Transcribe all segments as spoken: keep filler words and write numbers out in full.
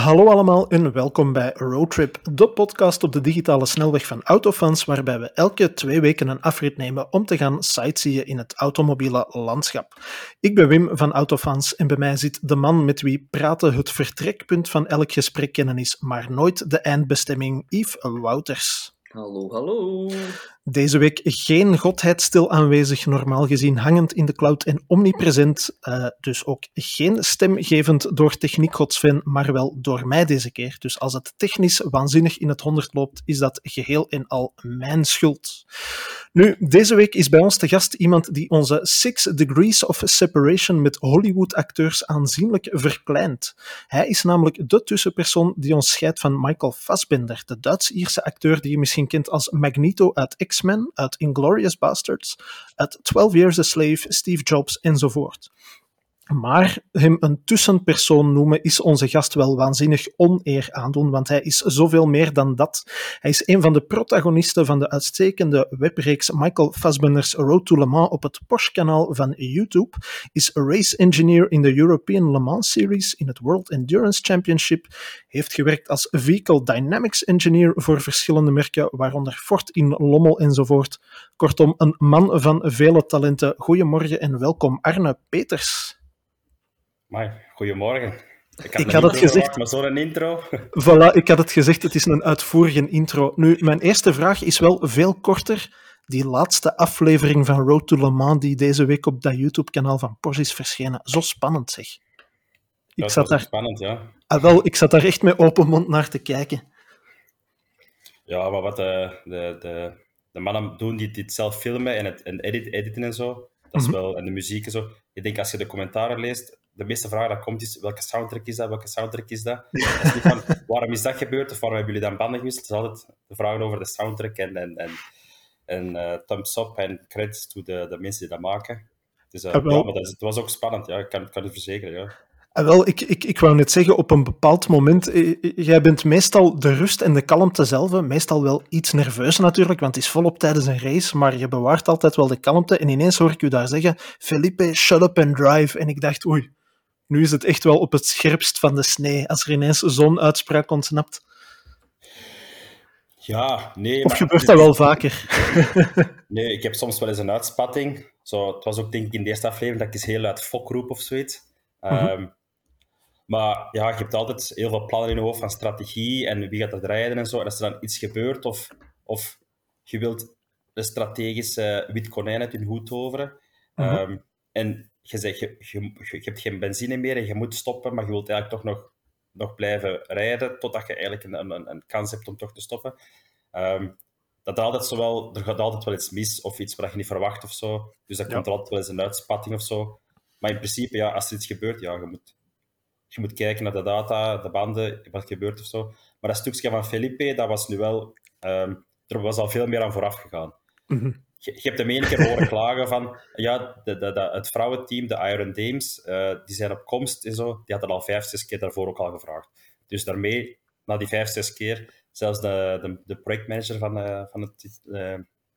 Hallo allemaal en welkom bij Roadtrip, de podcast op de digitale snelweg van Autofans, waarbij we elke twee weken een afrit nemen om te gaan sightseeën in het automobiele landschap. Ik ben Wim van Autofans en bij mij zit de man met wie praten het vertrekpunt van elk gesprek kennen is, maar nooit de eindbestemming, Yves Wouters. Hallo, hallo. Deze week geen godheid stil aanwezig, normaal gezien hangend in de cloud en omnipresent. Uh, dus ook geen stemgevend door techniekgod Sven, maar wel door mij deze keer. Dus als het technisch waanzinnig in het honderd loopt, is dat geheel en al mijn schuld. Nu, deze week is bij ons te gast iemand die onze Six Degrees of Separation met Hollywood-acteurs aanzienlijk verkleint. Hij is namelijk de tussenpersoon die ons scheidt van Michael Fassbender, de Duits-Ierse acteur die je misschien kent als Magneto uit X-Men, uit Inglourious Basterds, uit twaalf Years a Slave, Steve Jobs enzovoort. Maar hem een tussenpersoon noemen is onze gast wel waanzinnig oneer aandoen, want hij is zoveel meer dan dat. Hij is een van de protagonisten van de uitstekende webreeks Michael Fassbender's Road to Le Mans op het Porsche-kanaal van YouTube, is a race engineer in de European Le Mans Series in het World Endurance Championship, heeft gewerkt als Vehicle Dynamics Engineer voor verschillende merken, waaronder Ford in Lommel enzovoort. Kortom, een man van vele talenten. Goedemorgen en welkom Arne Peters. Amai, goedemorgen. Ik had, ik had het gezegd, verwacht, maar zo'n intro. Voilà, ik had het gezegd, het is een uitvoerige intro. Nu, mijn eerste vraag is wel veel korter. Die laatste aflevering van Road to Le Mans, die deze week op dat YouTube-kanaal van Porsche is verschenen. Zo spannend, zeg. Ik dat zat was daar... spannend, ja. Ah, wel, ik zat daar echt met open mond naar te kijken. Ja, maar wat de, de, de, de mannen doen die dit zelf filmen en, het, en edit, editen en zo, dat is wel, en de muziek en zo. Ik denk, als je de commentaren leest, de meeste vraag dat komt is, welke soundtrack is dat, welke soundtrack is dat? Dat is niet van, waarom is dat gebeurd of waarom hebben jullie dan banden gewisseld? Het is altijd de vraag over de soundtrack en, en, en, en uh, thumbs up en credits to de, de mensen die dat maken. Dus uh, ja, maar dat is, het was ook spannend, ja. Ik kan, kan het verzekeren, ja. Ah, wel, ik, ik, ik wou net zeggen, op een bepaald moment, jij bent meestal de rust en de kalmte zelf, meestal wel iets nerveus natuurlijk, want het is volop tijdens een race, maar je bewaart altijd wel de kalmte en ineens hoor ik u daar zeggen, Felipe, shut up and drive. En ik dacht, oei, nu is het echt wel op het scherpst van de snee, als er ineens zo'n uitspraak ontsnapt. Ja, nee. Of maar, gebeurt dat wel vaker? Nee, ik heb soms wel eens een uitspatting. Zo, het was ook denk ik in de eerste aflevering dat ik eens heel uit fok roep of zoiets. Mm-hmm. Um, Maar ja, je hebt altijd heel veel plannen in je hoofd van strategie en wie gaat er rijden en zo. En als er dan iets gebeurt of, of je wilt een strategische wit konijn uit je hoed toveren mm-hmm. um, en je zegt, je, je, je hebt geen benzine meer en je moet stoppen, maar je wilt eigenlijk toch nog, nog blijven rijden totdat je eigenlijk een, een, een kans hebt om toch te stoppen. Um, dat er, altijd zo wel, er gaat altijd wel iets mis of iets wat je niet verwacht of zo. Dus dan ja. komt er altijd wel eens een uitspatting of zo. Maar in principe, ja, als er iets gebeurt, ja, je moet... Je moet kijken naar de data, de banden, wat gebeurt of zo. Maar dat stukje van Felipe, dat was nu wel... Um, er was al veel meer aan vooraf gegaan. Mm-hmm. Je, je hebt hem één keer horen klagen van... Ja, de, de, de, het vrouwenteam, de Iron Dames, uh, die zijn op komst en zo. Die hadden al vijf, zes keer daarvoor ook al gevraagd. Dus daarmee, na die vijf, zes keer... Zelfs de, de, de projectmanager van, uh, van, het, uh,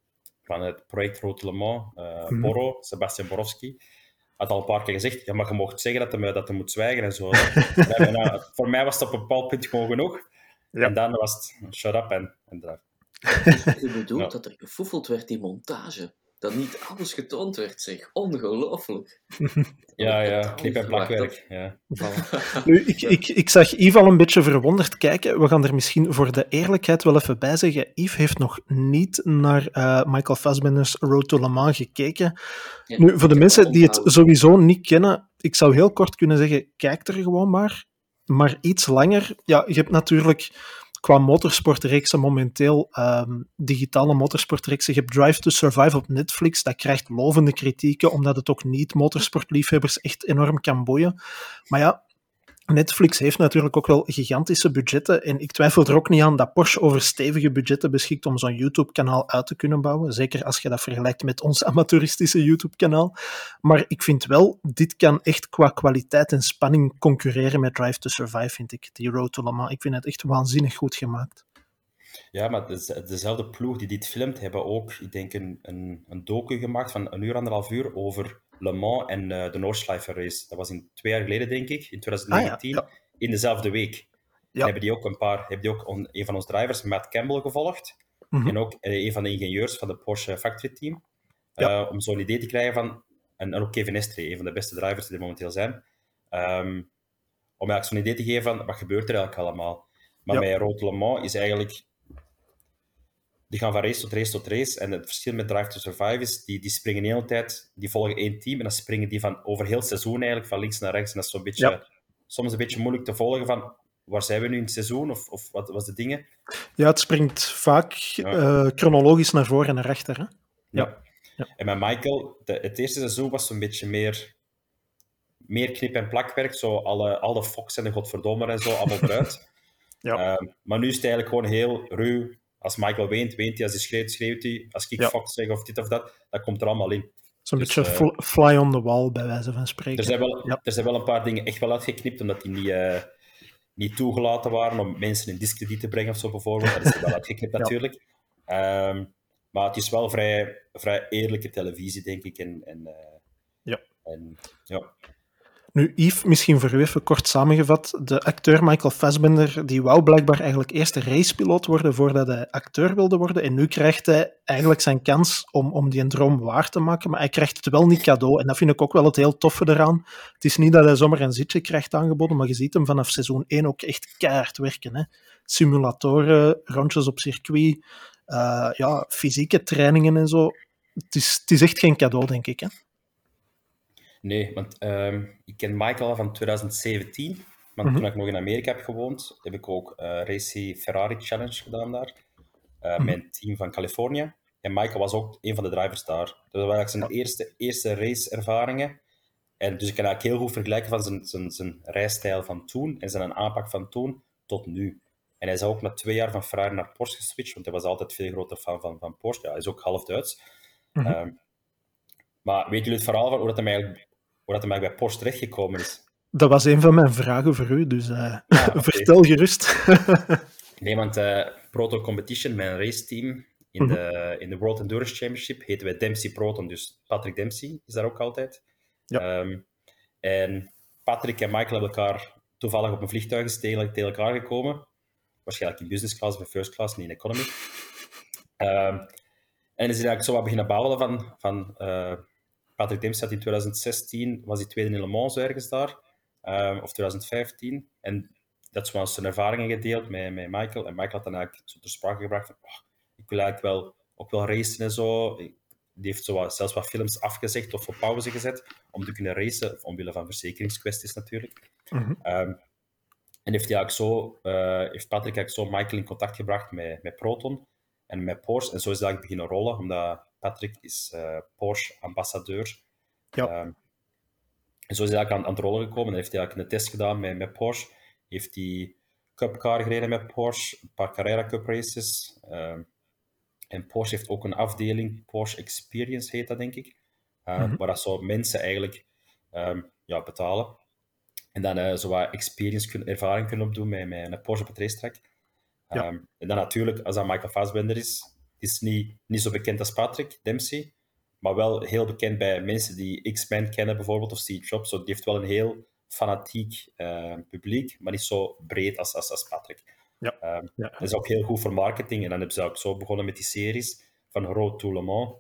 van het project Road to Le Mans, uh, mm-hmm. Boro, Sebastian Borowski... had al een paar keer gezegd, ja, maar je mocht zeggen dat hij, dat hij moet zwijgen en zo. en, nou, voor mij was het op een bepaald punt gewoon genoeg. Ja. En dan was het shut up en, en drive. Je bedoelt ja. dat er gefoefeld werd in montage? Dat niet alles getoond werd, zeg. Ongelooflijk. Ja, ja, knip- en plakwerk. Ja. Nu, ik, ik, ik zag Yves al een beetje verwonderd kijken. We gaan er misschien voor de eerlijkheid wel even bij zeggen. Yves heeft nog niet naar uh, Michael Fassbender's Road to Le Mans gekeken. Ja, nu, voor de mensen die het sowieso niet kennen, ik zou heel kort kunnen zeggen, kijk er gewoon maar. Maar iets langer, ja, je hebt natuurlijk... Qua motorsportreeksen momenteel, um, digitale motorsportreeksen, je hebt Drive to Survive op Netflix, dat krijgt lovende kritieken, omdat het ook niet-motorsportliefhebbers echt enorm kan boeien. Maar ja, Netflix heeft natuurlijk ook wel gigantische budgetten en ik twijfel er ook niet aan dat Porsche over stevige budgetten beschikt om zo'n YouTube-kanaal uit te kunnen bouwen, zeker als je dat vergelijkt met ons amateuristische YouTube-kanaal. Maar ik vind wel, dit kan echt qua kwaliteit en spanning concurreren met Drive to Survive, vind ik, die Road to Le Mans. Ik vind het echt waanzinnig goed gemaakt. Ja, maar de, dezelfde ploeg die dit filmt, hebben ook, ik denk, een, een, een docu gemaakt van een uur, anderhalf uur over Le Mans en uh, de Nordschleife race. Dat was in twee jaar geleden, denk ik, in twintig negentien, ah, ja. Ja. in dezelfde week. En hebben die ook een paar, hebben die ook on, een van onze drivers, Matt Campbell, gevolgd. Mm-hmm. En ook uh, een van de ingenieurs van de Porsche Factory Team. Uh, ja. Om zo'n idee te krijgen van... En, en ook Kevin Estre, een van de beste drivers die er momenteel zijn. Um, om eigenlijk zo'n idee te geven van, wat gebeurt er eigenlijk allemaal? Maar ja. met Road Le Mans is eigenlijk... Die gaan van race tot race tot race. En het verschil met Drive to Survive is, die, die springen de hele tijd, die volgen één team, en dan springen die van over heel het seizoen eigenlijk, van links naar rechts. En dat is zo'n beetje, ja. soms een beetje moeilijk te volgen van, waar zijn we nu in het seizoen, of, of wat was de dingen? Ja, het springt vaak ja. uh, chronologisch naar voren en naar achter. Hè? Ja. ja. ja. En met Michael, de, het eerste seizoen was zo'n beetje meer, meer knip- en plakwerk, zo alle, alle Fox en de Godverdommer en zo, allemaal eruit. ja. uh, maar nu is het eigenlijk gewoon heel ruw. Als Michael weent, weent hij. Als hij schreeuwt, schreeuwt hij. Als ik ja. Fox zeg of dit of dat, dat komt er allemaal in. Zo'n dus, beetje uh, fly on the wall, bij wijze van spreken. Er zijn wel, ja. er zijn wel een paar dingen echt wel uitgeknipt, omdat die niet, uh, niet toegelaten waren om mensen in discrediet te brengen of zo bijvoorbeeld. Dat is er wel uitgeknipt ja. natuurlijk. Um, maar het is wel vrij, vrij eerlijke televisie, denk ik. En, en, uh, ja. En, ja. Nu, Yves, misschien voor u even kort samengevat. De acteur Michael Fassbender, die wou blijkbaar eigenlijk eerst een racepiloot worden voordat hij acteur wilde worden. En nu krijgt hij eigenlijk zijn kans om, om die een droom waar te maken. Maar hij krijgt het wel niet cadeau. En dat vind ik ook wel het heel toffe eraan. Het is niet dat hij zomaar een zitje krijgt aangeboden, maar je ziet hem vanaf seizoen één ook echt keihard werken. Hè. Simulatoren, rondjes op circuit, uh, ja, fysieke trainingen en zo. Het is, het is echt geen cadeau, denk ik, hè. Nee, want um, ik ken Michael al van twintig zeventien. Want mm-hmm. toen ik nog in Amerika heb gewoond, heb ik ook uh, Racing Ferrari Challenge gedaan daar. Uh, mm-hmm. Mijn team van Californië. En Michael was ook een van de drivers daar. Dus dat waren zijn ja. eerste, eerste race-ervaringen. En dus ik kan eigenlijk heel goed vergelijken van zijn, zijn, zijn rijstijl van toen en zijn aanpak van toen tot nu. En hij is ook na twee jaar van Ferrari naar Porsche geswitcht, want hij was altijd veel groter fan van, van Porsche. Ja, hij is ook half Duits. Mm-hmm. Um, maar weet jullie het verhaal van hoe dat hij eigenlijk... hoe dat hij bij Porsche terechtgekomen is? Dat was een van mijn vragen voor u, dus uh, ah, okay. vertel gerust. Nee, want uh, Proton Competition, mijn raceteam in, mm-hmm. de, in de World Endurance Championship, heten wij Dempsey Proton, dus Patrick Dempsey is daar ook altijd. Ja. Um, en Patrick en Michael hebben elkaar toevallig op een vliegtuig is tegen, tegen elkaar gekomen. Waarschijnlijk in business class of first class, niet in economy. Um, en is eigenlijk zo wat beginnen bouwen van... van uh, Patrick Dempsey had in twintig zestien, was hij tweede in Le Mans ergens daar, um, of twintig vijftien. En dat was zijn ervaringen gedeeld met, met Michael. En Michael had dan eigenlijk zo ter sprake gebracht van, oh, ik wil eigenlijk wel, ook wel racen en zo. Die heeft zo wat, zelfs wat films afgezegd of op pauze gezet om te kunnen racen, omwille van verzekeringskwesties natuurlijk. Mm-hmm. Um, en heeft, hij eigenlijk zo, uh, heeft Patrick eigenlijk zo Michael in contact gebracht met, met Proton en met Porsche. En zo is hij eigenlijk beginnen rollen, omdat Patrick is uh, Porsche-ambassadeur. Ja. Um, en zo is hij eigenlijk aan, aan het rollen gekomen. Dan heeft hij eigenlijk een test gedaan met, met Porsche. Heeft hij Cupcar gereden met Porsche, een paar Carrera Cup races. Um, en Porsche heeft ook een afdeling, Porsche Experience heet dat, denk ik. Uh, mm-hmm. Waar dat zo mensen eigenlijk um, ja, betalen. En dan uh, zo wat experience kun, ervaring kunnen opdoen met, met een Porsche op het racetrack. Um, ja. En dan natuurlijk, als dat Michael Fassbender is, is niet, niet zo bekend als Patrick Dempsey, maar wel heel bekend bij mensen die X-Men kennen bijvoorbeeld, of Steve Jobs. So, die heeft wel een heel fanatiek uh, publiek, maar niet zo breed als, als, als Patrick. Ja. Um, ja. Dat is ook heel goed voor marketing. En dan hebben ze ook zo begonnen met die series van Road to Le Mans.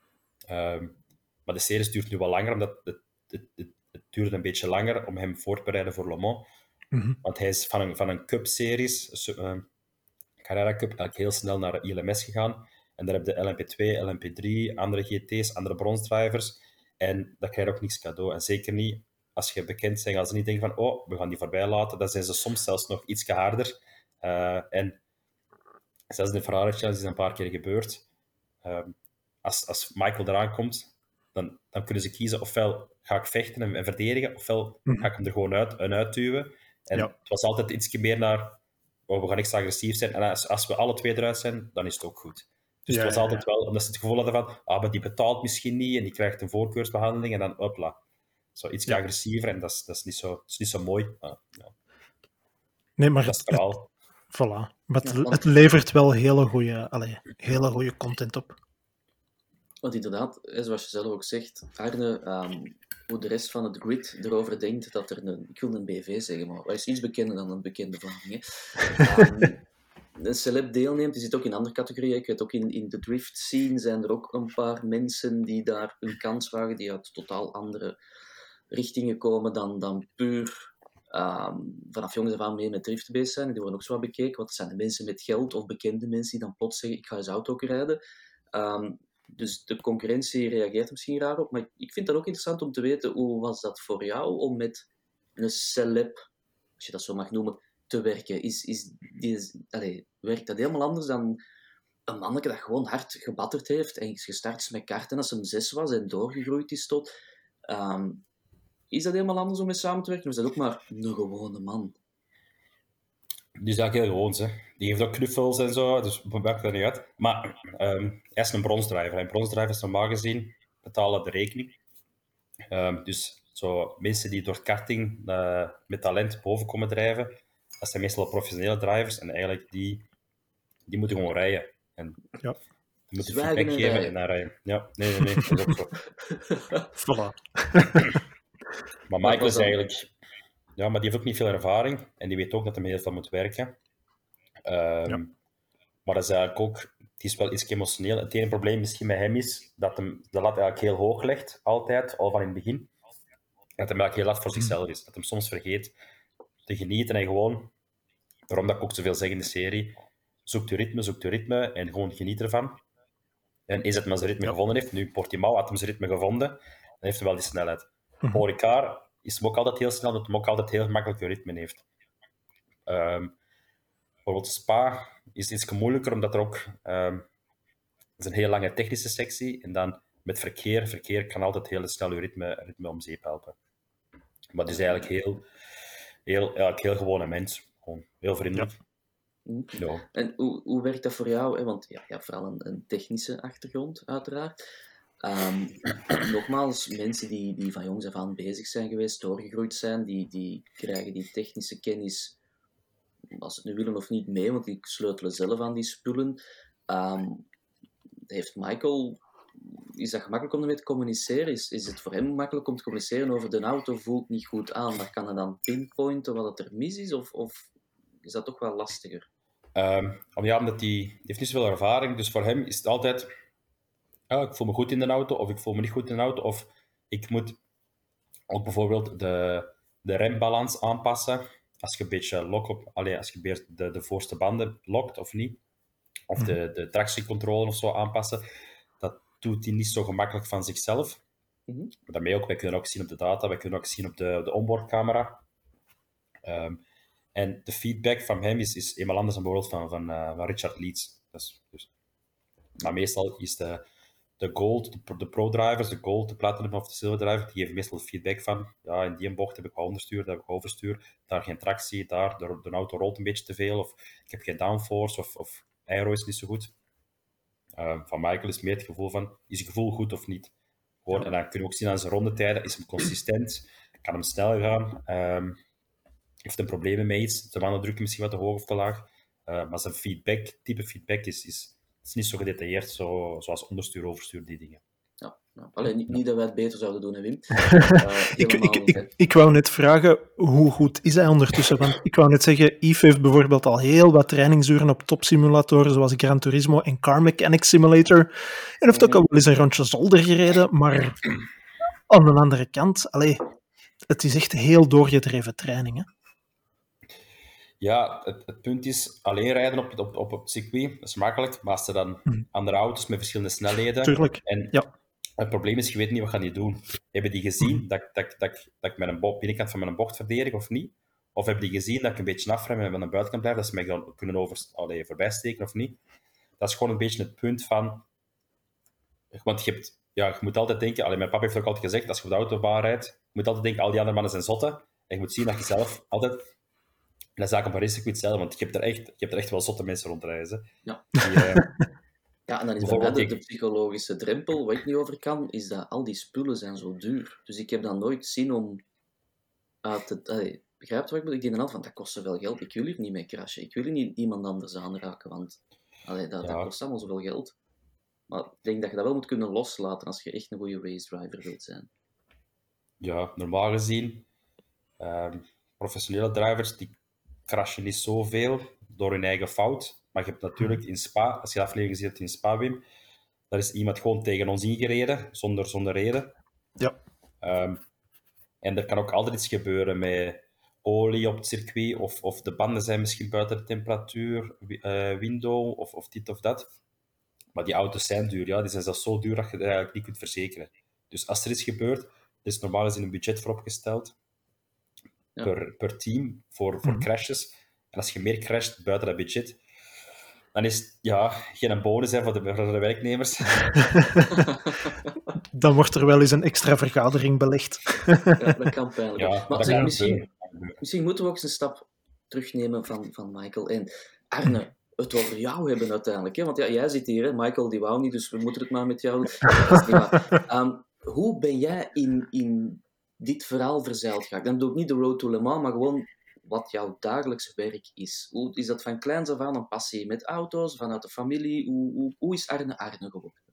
Um, maar de series duurt nu wel langer, omdat het, het, het, het duurde een beetje langer om hem voor te bereiden voor Le Mans. Mm-hmm. Want hij is van een, van een Cup-series, uh, Carrera Cup, eigenlijk heel snel naar I L M S gegaan. En daar heb je L M P twee, L M P drie, andere G T's, andere bronsdrivers. En dat krijg je ook niks cadeau. En zeker niet als je bekend bent, als ze niet denken van, oh, we gaan die voorbij laten. Dan zijn ze soms zelfs nog iets harder. Uh, en zelfs in de Ferrari Challenge is een paar keer gebeurd. Um, als, als Michael eraan komt, dan, dan kunnen ze kiezen ofwel ga ik vechten en, en verdedigen, ofwel ga ik hem er gewoon uit en uitduwen. En ja. Het was altijd iets meer naar, oh, we gaan extra agressief zijn. En als, als we alle twee eruit zijn, dan is het ook goed. Dus ja, het was altijd ja, ja. wel, omdat ze het gevoel hadden van, ah, maar die betaalt misschien niet en die krijgt een voorkeursbehandeling en dan, hopla. Zo iets ja. agressiever en dat is, dat is, niet, zo, dat is niet zo mooi. Ah, ja. Nee, maar dat is het verhaal. Voilà. Maar het, het levert wel hele goede, allez, hele goede content op. Want inderdaad, hè, zoals je zelf ook zegt, Arne, um, hoe de rest van het grid erover denkt dat er een, ik wil een B V zeggen, maar wat is iets bekender dan een bekende Vlaming, hè? Um, een celeb deelneemt, die zit ook in andere categorieën. Ik weet ook in, in de drift scene zijn er ook een paar mensen die daar een kans wagen, die uit totaal andere richtingen komen dan, dan puur um, vanaf jongens af aan mee met drift bezig zijn. Die worden ook zo wat bekeken, want het zijn de mensen met geld of bekende mensen die dan plots zeggen, ik ga eens auto ook rijden. Um, dus de concurrentie reageert er misschien raar op, maar ik vind dat ook interessant om te weten, hoe was dat voor jou om met een celeb, als je dat zo mag noemen, te werken? Is, is die, allez, werkt dat helemaal anders dan een manneke dat gewoon hard gebatterd heeft en gestart is met karten als hij zes was en doorgegroeid is tot... Um, is dat helemaal anders om mee samen te werken? Of is dat ook maar een gewone man? Die is eigenlijk heel gewoon, hè. Die heeft ook knuffels en zo, dus maakt dat niet uit. Maar um, hij is een bronsdrijver. En bronsdrijvers, normaal gezien, betalen de rekening. Um, dus zo, mensen die door karting uh, met talent boven komen drijven, dat zijn meestal professionele drivers. En eigenlijk, die, die moeten gewoon rijden. En ja. die moeten Zwijgen feedback en geven rijden. en dan rijden. Ja, nee, nee, nee, dat is ook zo. Voilà. Maar Michael is eigenlijk... Ja, maar die heeft ook niet veel ervaring. En die weet ook dat hij heel veel moet werken. Um, ja. Maar dat is eigenlijk ook... Die is wel iets emotioneel. Het enige probleem misschien met hem is dat hem de lat eigenlijk heel hoog legt, altijd, al van in het begin. Dat hem eigenlijk heel laat voor zichzelf is. Dat hem soms vergeet te genieten en gewoon... Daarom dat ik ook zoveel zeg in de serie. Zoek je ritme, zoek je ritme en gewoon geniet ervan. En is het maar zijn ritme ja. gevonden heeft, nu Portimao had hem zijn ritme gevonden, dan heeft hij wel die snelheid. Mm-hmm. Paul Ricard is hem ook altijd heel snel, dat hij ook altijd heel gemakkelijk ritme heeft. Um, bijvoorbeeld Spa is iets moeilijker, omdat er ook... Um, het is een heel lange technische sectie, en dan met verkeer, verkeer kan altijd heel snel je ritme, ritme om zeep helpen. Maar het is eigenlijk heel, heel, eigenlijk heel gewone mens. Gewoon heel vriendelijk. Ja. Ja. En hoe, hoe werkt dat voor jou? Hè? Want ja, je hebt vooral een, een technische achtergrond, uiteraard. Um, nogmaals, mensen die, die van jongs af aan bezig zijn geweest, doorgegroeid zijn, die, die krijgen die technische kennis, als ze het nu willen of niet, mee, want die sleutelen zelf aan die spullen. Um, heeft Michael... Is dat gemakkelijk om ermee te communiceren? Is, is het voor hem makkelijk om te communiceren over de auto? Voelt niet goed aan, maar kan hij dan pinpointen wat er mis is? Of, of is dat toch wel lastiger? Um, ja, omdat hij, die heeft niet zoveel ervaring, dus voor hem is het altijd... Oh, ik voel me goed in de auto, of ik voel me niet goed in de auto, of ik moet ook bijvoorbeeld de, de rembalans aanpassen. Als je een beetje lock op, allez, als je de, de voorste banden lokt of niet, of mm-hmm. de, de tractiecontrole of zo aanpassen, dat doet hij niet zo gemakkelijk van zichzelf. Mm-hmm. Maar daarmee ook, wij kunnen ook zien op de data, wij kunnen ook zien op de, de onboardcamera. Um, en de feedback van hem is, is eenmaal anders dan bijvoorbeeld van, van, uh, van Richard Leeds. Dus, dus. Maar meestal is de de gold, de, de pro-drivers, de gold, de platinum of de silver driver, die geven meestal feedback van, ja, in die bocht heb ik wel onderstuur, daar heb ik overstuur, daar geen tractie, daar, de, de auto rolt een beetje te veel, of ik heb geen downforce, of, of aero is niet zo goed. Uh, van Michael is meer het gevoel van, is het gevoel goed of niet? Gewoon, en dan kunnen we ook zien aan zijn rondetijden, is hem consistent, kan hem snel gaan, um, heeft hij problemen met iets, de mannen drukken misschien wat te hoog of te laag, uh, maar zijn feedback, type feedback is... is Het is niet zo gedetailleerd zo, zoals onderstuur, overstuur, die dingen. Ja, ja. Allee, niet, niet dat wij het beter zouden doen, hè, Wim. Uh, ik, ik, niet, ik, ik wou net vragen, hoe goed is hij ondertussen? Want ik wou net zeggen, Yves heeft bijvoorbeeld al heel wat trainingsuren op topsimulatoren, zoals Gran Turismo en Car Mechanic Simulator. En heeft ook al wel eens een rondje zolder gereden, maar aan de andere kant, allee, het is echt heel doorgedreven training, hè? Ja, het, het punt is, alleen rijden op, op, op het circuit, dat is makkelijk, maar als er dan hmm. andere auto's met verschillende snelheden... Tuurlijk, en ja. Het probleem is, je weet niet wat gaan die doen. Hebben die gezien hmm. dat, dat, dat, dat ik mijn bocht, binnenkant van mijn bocht verdedig of niet? Of hebben die gezien dat ik een beetje afrem en van de buitenkant blijf, dat ze mij dan kunnen over, allee, voorbij steken of niet? Dat is gewoon een beetje het punt van... Want je, hebt, ja, je moet altijd denken... Allee, mijn papa heeft ook altijd gezegd, als je op de autobaan rijdt, je moet altijd denken, al die andere mannen zijn zotten. En je moet zien dat je zelf altijd... En dat is eigenlijk op een racecircuit hetzelfde, want je hebt er echt, je hebt er echt wel zotte mensen rondreizen. Ja. Die, uh, ja, en dan is bij mij de, de psychologische drempel, wat ik niet over kan, is dat al die spullen zijn zo duur. Dus ik heb dan nooit zin om uit het... Allee, begrijpt wat ik bedoel? Ik denk dan altijd van, dat kost zoveel geld, ik wil hier niet mee crashen. Ik wil hier niet iemand anders aanraken, want allee, dat, ja. dat kost allemaal zoveel geld. Maar ik denk dat je dat wel moet kunnen loslaten als je echt een goede race driver wilt zijn. Ja, normaal gezien, ehm, professionele drivers die crashen niet zoveel door hun eigen fout. Maar je hebt natuurlijk in Spa, als je de aflevering ziet in Spa, Wim, daar is iemand gewoon tegen ons ingereden, zonder, zonder reden. Ja. Um, en er kan ook altijd iets gebeuren met olie op het circuit, of, of de banden zijn misschien buiten de temperatuur, uh, window, of, of dit of dat. Maar die auto's zijn duur, ja. Die zijn zelfs zo duur dat je het eigenlijk niet kunt verzekeren. Dus als er iets gebeurt, er is normaal gezien een budget voor opgesteld, ja. per, per team, voor, voor mm-hmm. crashes. En als je meer crasht buiten dat budget, dan is het ja, geen bonus hè, voor, de, voor de werknemers. Dan wordt er wel eens een extra vergadering belegd. Ja, dat kan pijnlijk. Ja, maar zeg, misschien, misschien moeten we ook eens een stap terugnemen van, van Michael. En Arne, het over jou hebben uiteindelijk. Hè? Want ja, jij zit hier, hè? Michael die wou niet, dus we moeten het maar met jou doen. um, hoe ben jij in, in dit verhaal verzeild geraakt? Dan doe ik niet de Road to Le Mans, maar gewoon wat jouw dagelijks werk is. Hoe, is dat van kleins af aan een passie met auto's, vanuit de familie? Hoe, hoe, hoe is Arne Arne geworden?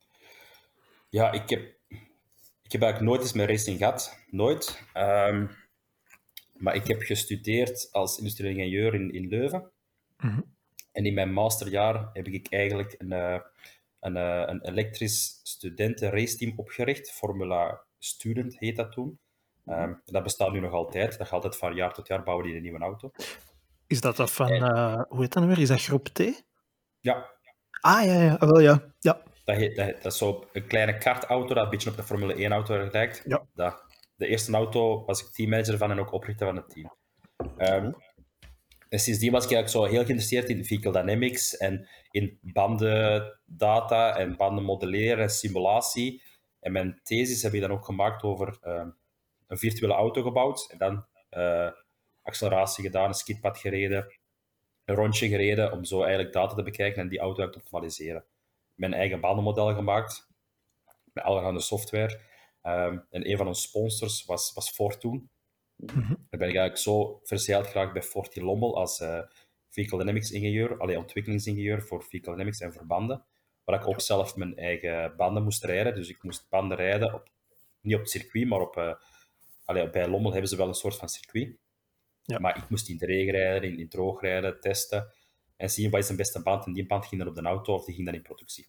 Ja, ik heb, ik heb eigenlijk nooit eens met racing gehad. Nooit. Um, maar ik heb gestudeerd als industrieel ingenieur in, in Leuven. Mm-hmm. En in mijn masterjaar heb ik eigenlijk een, uh, een, uh, een elektrisch studenten raceteam opgericht. Formula Student heet dat toen. Um, dat bestaat nu nog altijd. Dat gaat altijd van jaar tot jaar bouwen die een nieuwe auto. Is dat dat van, en, uh, hoe heet dat nu weer? Is dat groep T? Ja. Ah, ja, ja. Wel, ja. ja. Dat, heet, dat, dat is zo een kleine kartauto dat een beetje op de Formule één auto lijkt. Ja. Dat, de eerste auto was ik teammanager van en ook oprichter van het team. Um, en sindsdien was ik eigenlijk zo heel geïnteresseerd in vehicle dynamics en in bandendata en banden modelleren en simulatie. En mijn thesis heb ik dan ook gemaakt over um, een virtuele auto gebouwd en dan uh, acceleratie gedaan, een skidpad gereden, een rondje gereden om zo eigenlijk data te bekijken en die auto te optimaliseren. Mijn eigen bandenmodel gemaakt, met allerhande software. Um, en een van onze sponsors was, was Ford toen. Mm-hmm. Dan ben ik eigenlijk zo verzeild geraakt bij Ford in Lommel als uh, vehicle dynamics ingenieur, allee, ontwikkelingsingenieur voor vehicle dynamics en voor banden, waar ik ook zelf mijn eigen banden moest rijden. Dus ik moest banden rijden, op, niet op het circuit, maar op, uh, allee, bij Lommel hebben ze wel een soort van circuit. Ja. Maar ik moest in de regen rijden, in, in droog rijden, testen en zien wat is de beste band. En die band ging dan op de auto of die ging dan in productie.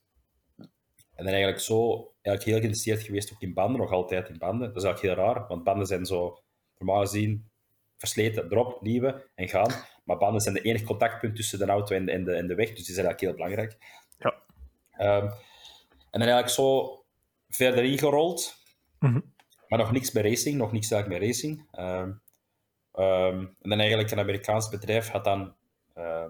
En dan eigenlijk zo eigenlijk heel geïnteresseerd geweest ook in banden, nog altijd in banden. Dat is eigenlijk heel raar, want banden zijn zo normaal gezien versleten, erop, nieuwe en gaan. Maar banden zijn de enige contactpunt tussen de auto en de, en de, en de weg, dus die zijn eigenlijk heel belangrijk. Ja. Um, en dan eigenlijk zo verder ingerold, mm-hmm. maar nog niks bij racing, nog niks eigenlijk met racing. Um, um, en dan eigenlijk een Amerikaans bedrijf had dan uh,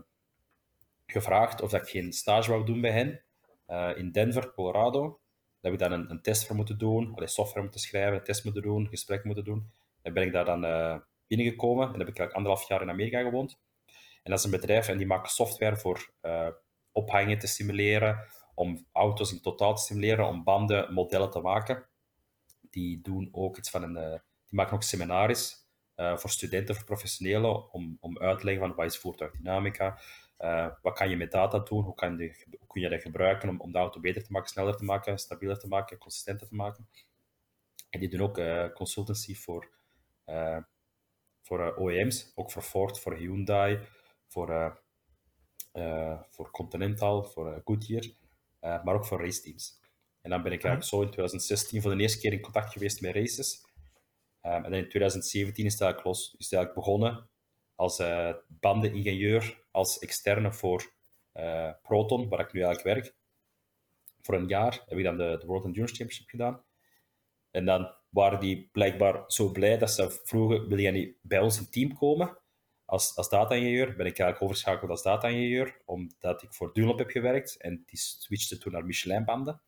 gevraagd of dat ik geen stage wou doen bij hen. Uh, in Denver, Colorado. Daar heb ik dan een, een test voor moeten doen, allee, software moeten schrijven, een test moeten doen, een gesprek moeten doen. Dan ben ik daar dan uh, binnengekomen en heb ik eigenlijk anderhalf jaar in Amerika gewoond. En dat is een bedrijf en die maken software voor uh, ophangen te simuleren, om auto's in totaal te simuleren, om banden, modellen te maken. Die doen ook iets van een... Uh, die maken ook seminaries uh, voor studenten, voor professionelen, om, om uit te leggen van wat is voertuigdynamica, uh, wat kan je met data doen, hoe, kan je, hoe kun je dat gebruiken om, om de auto beter te maken, sneller te maken, stabieler te maken, consistenter te maken. En die doen ook uh, consultancy voor, uh, voor uh, O E M's, ook voor Ford, voor Hyundai, voor, uh, uh, voor Continental, voor uh, Goodyear, uh, maar ook voor raceteams. En dan ben ik eigenlijk zo in twintig zestien voor de eerste keer in contact geweest met races. Um, en dan in twintig zeventien is het eigenlijk, los, is het eigenlijk begonnen als uh, bandeningenieur, als externe voor uh, Proton, waar ik nu eigenlijk werk. Voor een jaar heb ik dan de, de World Endurance Championship gedaan. En dan waren die blijkbaar zo blij dat ze vroegen, wil jij niet bij ons in het team komen? Als, als data-ingenieur ben ik eigenlijk overgeschakeld als data-ingenieur, omdat ik voor Dunlop heb gewerkt en die switchte toen naar Michelin-banden.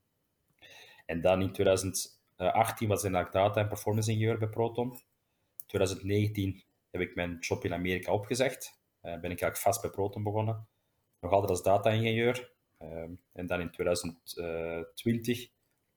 En dan in twintig achttien was ik eigenlijk data- en performance-ingenieur bij Proton. twintig negentien heb ik mijn job in Amerika opgezegd. Uh, ben ik eigenlijk vast bij Proton begonnen. Nog altijd als data-ingenieur. Uh, en dan in twintig twintig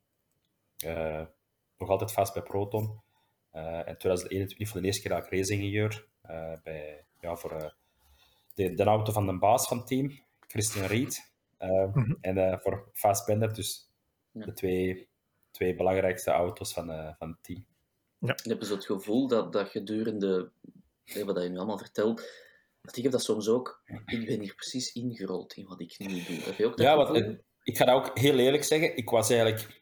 uh, nog altijd vast bij Proton. Uh, en twintig eenentwintig voor de eerste keer eigenlijk race-ingenieur. Uh, bij, ja, voor uh, de, de auto van de baas van het team, Christian Ried. Uh, Mhm. En uh, voor Fassbender, dus Ja. de twee, twee belangrijkste auto's van, uh, van het team. Ja. Ik heb zo het gevoel dat, dat gedurende eh, wat je nu allemaal vertelt, dat ik heb dat soms ook, ik ben hier precies ingerold in wat ik nu doe. Heb je ook dat Ja, gevoel? want, uh, ik ga dat ook heel eerlijk zeggen, ik was eigenlijk...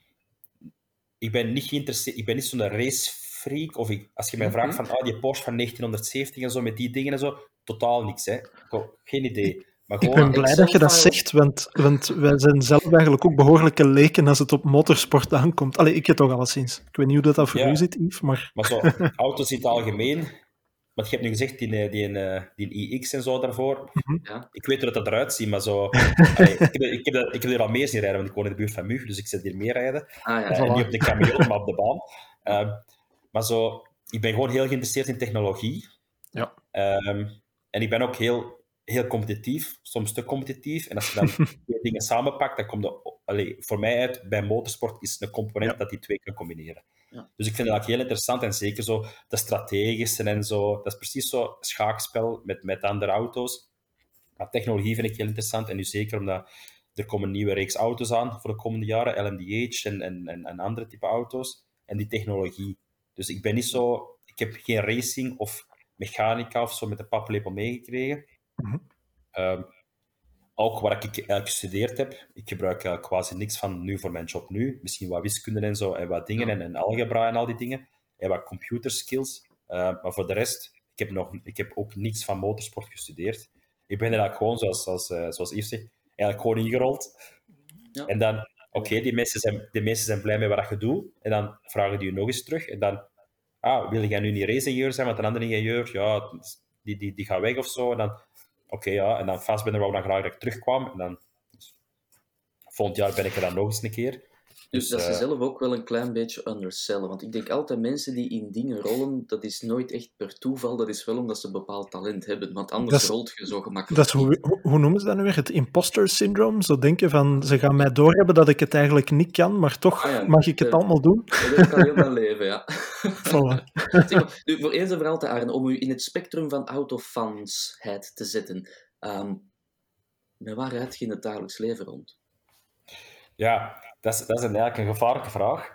Ik ben niet geïnteresseerd, ik ben niet zo'n racefreak, of ik, als je mij vraagt van, ah, die Porsche van negentienhonderdzeventig en zo, met die dingen en zo, totaal niks, hè. Geen idee. Maar Ik gewoon, ben blij dat je dat Excel-file. zegt, want, want wij zijn zelf eigenlijk ook behoorlijke leken als het op motorsport aankomt. Allee, ik het toch alleszins. Ik weet niet hoe dat, dat voor Ja. u zit, Yves, maar... Maar zo, auto's in het algemeen, want je hebt nu gezegd, die, die, die, die I X en zo daarvoor, Ja. ik weet hoe dat eruit ziet, maar zo... Allee, ik, heb, ik, heb dat, ik heb er al meer zien rijden, want ik woon in de buurt van Mug, dus ik zit hier meer rijden. Ah ja, Uh, Voilà. Niet op de camion, maar op de baan. Uh, maar zo, ik ben gewoon heel geïnteresseerd in technologie. Ja. Um, en ik ben ook heel, heel competitief, soms te competitief. En als je dan twee dingen samenpakt, dan komt er allee, voor mij uit, bij motorsport is een component Ja. dat die twee kan combineren. Ja. Dus ik vind dat ook heel interessant en zeker zo de strategische en zo. Dat is precies zo schaakspel met, met andere auto's. Maar technologie vind ik heel interessant en nu zeker omdat er komen een nieuwe reeks auto's aan voor de komende jaren, L M D H en, en, en, en andere type auto's. En die technologie. Dus ik ben niet zo... Ik heb geen racing of mechanica of zo met de paplepel meegekregen. Mm-hmm. Um, ook waar ik eigenlijk gestudeerd heb. Ik gebruik uh, quasi niks van nu voor mijn job nu. Misschien wat wiskunde en zo en wat dingen Ja. en, en algebra en al die dingen. En wat computerskills. Uh, maar voor de rest, ik heb, nog, ik heb ook niks van motorsport gestudeerd. Ik ben er eigenlijk gewoon, zoals, zoals, uh, zoals Yves zegt, eigenlijk gewoon ingerold. Ja. En dan, oké, okay, die, mensen zijn, die mensen zijn blij met wat je doet. En dan vragen die je nog eens terug. En dan, ah, wil jij nu niet raceingenieur zijn, want een andere ingenieur, ja, die, die, die gaat weg of zo. En dan, oké, okay, ja. En dan Fassbender wou dan graag dat ik terugkwam. En dan, dus, volgend jaar ben ik er dan nog eens een keer. Dus, Dus, dat ze uh, zelf ook wel een klein beetje undersellen. Want ik denk altijd, mensen die in dingen rollen, dat is nooit echt per toeval. Dat is wel omdat ze een bepaald talent hebben. Want anders Dat is- rolt je zo gemakkelijk Dat is, niet. hoe, hoe- hoe noemen ze dat nu weer? Het imposter syndroom? Zo denken van, ze gaan mij doorhebben dat ik het eigenlijk niet kan, maar toch Ah ja, mag ik het eh, allemaal doen. Dat heb ik al heel mijn leven, ja. Voilà. Zeg maar, nu, voor eens en voor altijd, Arne, om u in het spectrum van autofansheid te zetten. Um, met waar rijd je in het dagelijks leven rond? ja, dat is, dat is een, eigenlijk een gevaarlijke vraag.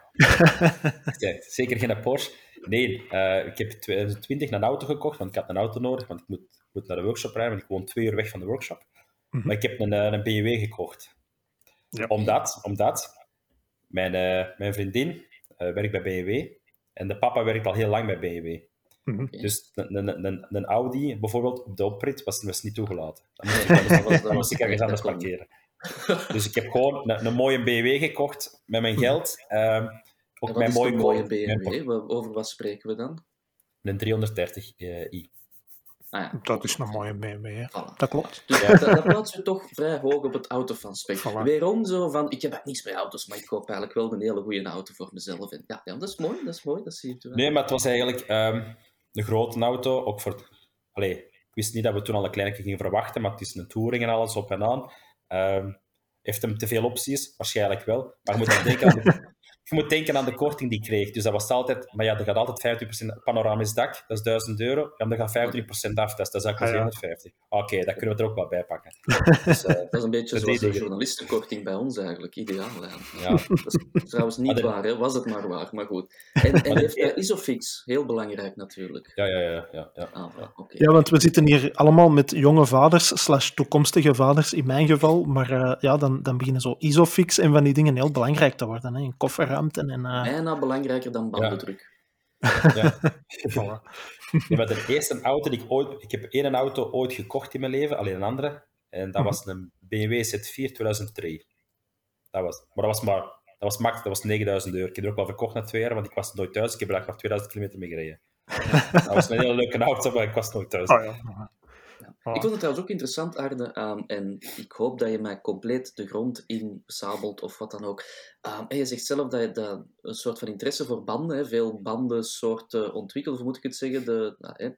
Ja, zeker geen Porsche. Nee, uh, ik heb in twintig twintig een auto gekocht, want ik had een auto nodig, want ik moet, moet naar de workshop rijden, want ik woon twee uur weg van de workshop. Mhm. Maar ik heb een, een B M W gekocht. Ja. Omdat, omdat mijn, uh, mijn vriendin uh, werkt bij B M W en de papa werkt al heel lang bij B M W. Mhm. Okay. Dus een, een, een, een Audi, bijvoorbeeld, op de oprit was, was niet toegelaten. Dan moest ik, dan moest, dan moest ik ergens anders parkeren. Dus ik heb gewoon een, een mooie B M W gekocht met mijn geld. Uh, ook wat mijn is mooie, een mooie mijn, B M W? Mijn... Over wat spreken we dan? Een driehonderddertig i. Ah, ja. Dat is een mooie B M W, hè. Voilà. Dat klopt. Dus dat, dat plaatst je toch vrij hoog op het autofanspectrum. Voilà. Weerom zo van, ik heb niks bij auto's, maar ik koop eigenlijk wel een hele goede auto voor mezelf. En ja, ja, dat is mooi, dat is mooi, dat zie je wel. Nee, maar het was eigenlijk um, een grote auto, ook voor... Allee, ik wist niet dat we toen al een kleinetje gingen verwachten, maar het is een touring en alles op en aan. Um, heeft hem te veel opties? Waarschijnlijk wel. Maar je moet dan denken aan de... Je moet denken aan de korting die ik kreeg. Dus dat was altijd... Maar ja, er gaat altijd vijftig procent panoramisch dak. Dat is duizend euro. Ja, dan gaat vijftig procent af. Dat is, dat is eigenlijk Ah, ja. zevenhonderdvijftig. Oké, okay, dat kunnen we er ook wel bij pakken. Dus, uh, dat is een beetje dat zoals de dingen. journalistenkorting bij ons eigenlijk. Ideaal. Ja. Ja. Dat is trouwens niet de... waar, hè. Was het maar waar. Maar goed. En, en heeft uh, Isofix. Heel belangrijk natuurlijk. Ja, ja, ja. ja, ja. Ah, ja. Okay. Ja, want we zitten hier allemaal met jonge vaders, slash toekomstige vaders in mijn geval. Maar uh, ja, dan, dan beginnen zo Isofix en van die dingen heel belangrijk te worden. Hè. In kofferruimte en... Uh... Bijna belangrijker dan bandendruk. Ja. ja. Voilà. Ja, maar de eerste auto die ik ooit... Ik heb één auto ooit gekocht in mijn leven, alleen een andere. En dat was een B M W Z vier tweeduizend drie. Dat was, maar dat was maar... Dat was max, dat was negenduizend euro. Ik heb er ook wel verkocht na twee jaar, want ik was nooit thuis. Ik heb er nog tweeduizend kilometer mee gereden. Dat was een hele leuke auto, maar ik was nooit thuis. Oh, ja. Ja. Oh. Ik vond het trouwens ook interessant, Arne, um, en ik hoop dat je mij compleet de grond in sabelt of wat dan ook. Um, en je zegt zelf dat je dat een soort van interesse voor banden, hè, veel bandensoorten ontwikkelt, of moet ik het zeggen? De, nou, hè,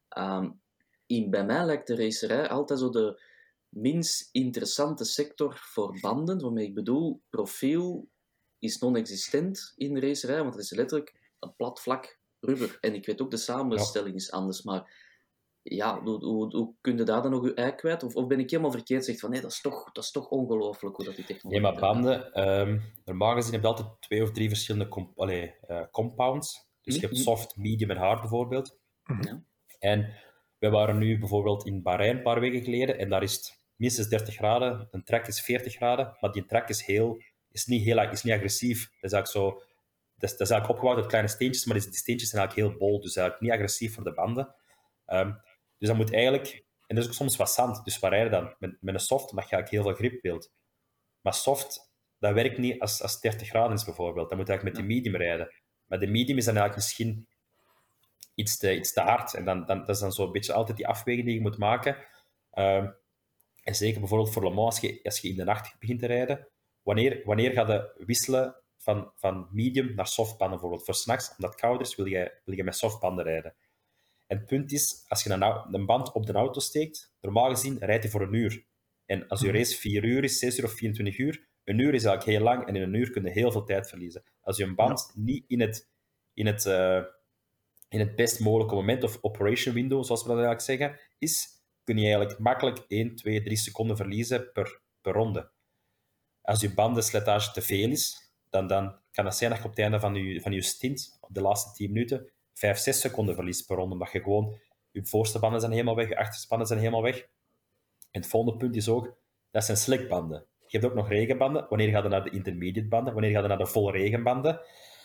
um, in, bij mij lijkt de racerij altijd zo de minst interessante sector voor banden, waarmee ik bedoel, profiel is non-existent in de racerij, want het is letterlijk een plat vlak rubber. En ik weet ook, de samenstelling is anders, maar ja, hoe, hoe, hoe kun je daar dan nog je ei kwijt? Of, of ben ik helemaal verkeerd? Zegt van nee, dat is toch, dat is toch ongelooflijk hoe dat die Nee, technologie maar daar gaat. banden, um, normaal gezien heb je altijd twee of drie verschillende comp allee, uh, compounds. Dus je hebt Mm-hmm. soft, medium en hard bijvoorbeeld. Mhm. Ja. En we waren nu bijvoorbeeld in Bahrein een paar weken geleden en daar is het minstens dertig graden, een track is veertig graden, maar die track is, heel, is, niet, heel, is niet agressief. Dat is eigenlijk zo, dat is, dat is eigenlijk opgebouwd uit kleine steentjes, maar die, die steentjes zijn eigenlijk heel bol, dus eigenlijk niet agressief voor de banden. Um, dus dat moet eigenlijk, en er is ook soms wat zand, dus waar rij je dan? Met, met een soft, dat je eigenlijk heel veel grip wilt. Maar soft, dat werkt niet als, als het dertig graden is bijvoorbeeld. Dan moet je eigenlijk met de medium rijden. Maar de medium is dan eigenlijk misschien iets te, iets te hard. En dan, dan, dat is dan zo'n beetje altijd die afweging die je moet maken. Um, en zeker bijvoorbeeld voor Le Mans, als je, als je in de nacht begint te rijden, wanneer, wanneer ga je wisselen van, van medium naar softbanden bijvoorbeeld? Voor 's nachts, omdat het kouder is, wil je, wil je met softbanden rijden. En het punt is, als je een, een band op de auto steekt, normaal gezien rijdt hij voor een uur. En als je race vier uur is, zes uur of vierentwintig uur, een uur is eigenlijk heel lang en in een uur kun je heel veel tijd verliezen. Als je een band ja. niet in het, in, het, uh, in het best mogelijke moment, of operation window, zoals we dat eigenlijk zeggen, is, kun je eigenlijk makkelijk één, twee, drie seconden verliezen per, per ronde. Als je bandenslijtage te veel is, dan, dan kan het zijn dat je op het einde van je, van je stint, op de laatste tien minuten, vijf, zes seconden verliest per ronde, omdat je gewoon, je voorste banden zijn helemaal weg, je achterste banden zijn helemaal weg. En het volgende punt is ook, dat zijn slickbanden. Je hebt ook nog regenbanden. Wanneer ga je naar de intermediate banden? Wanneer ga je naar de volle regenbanden?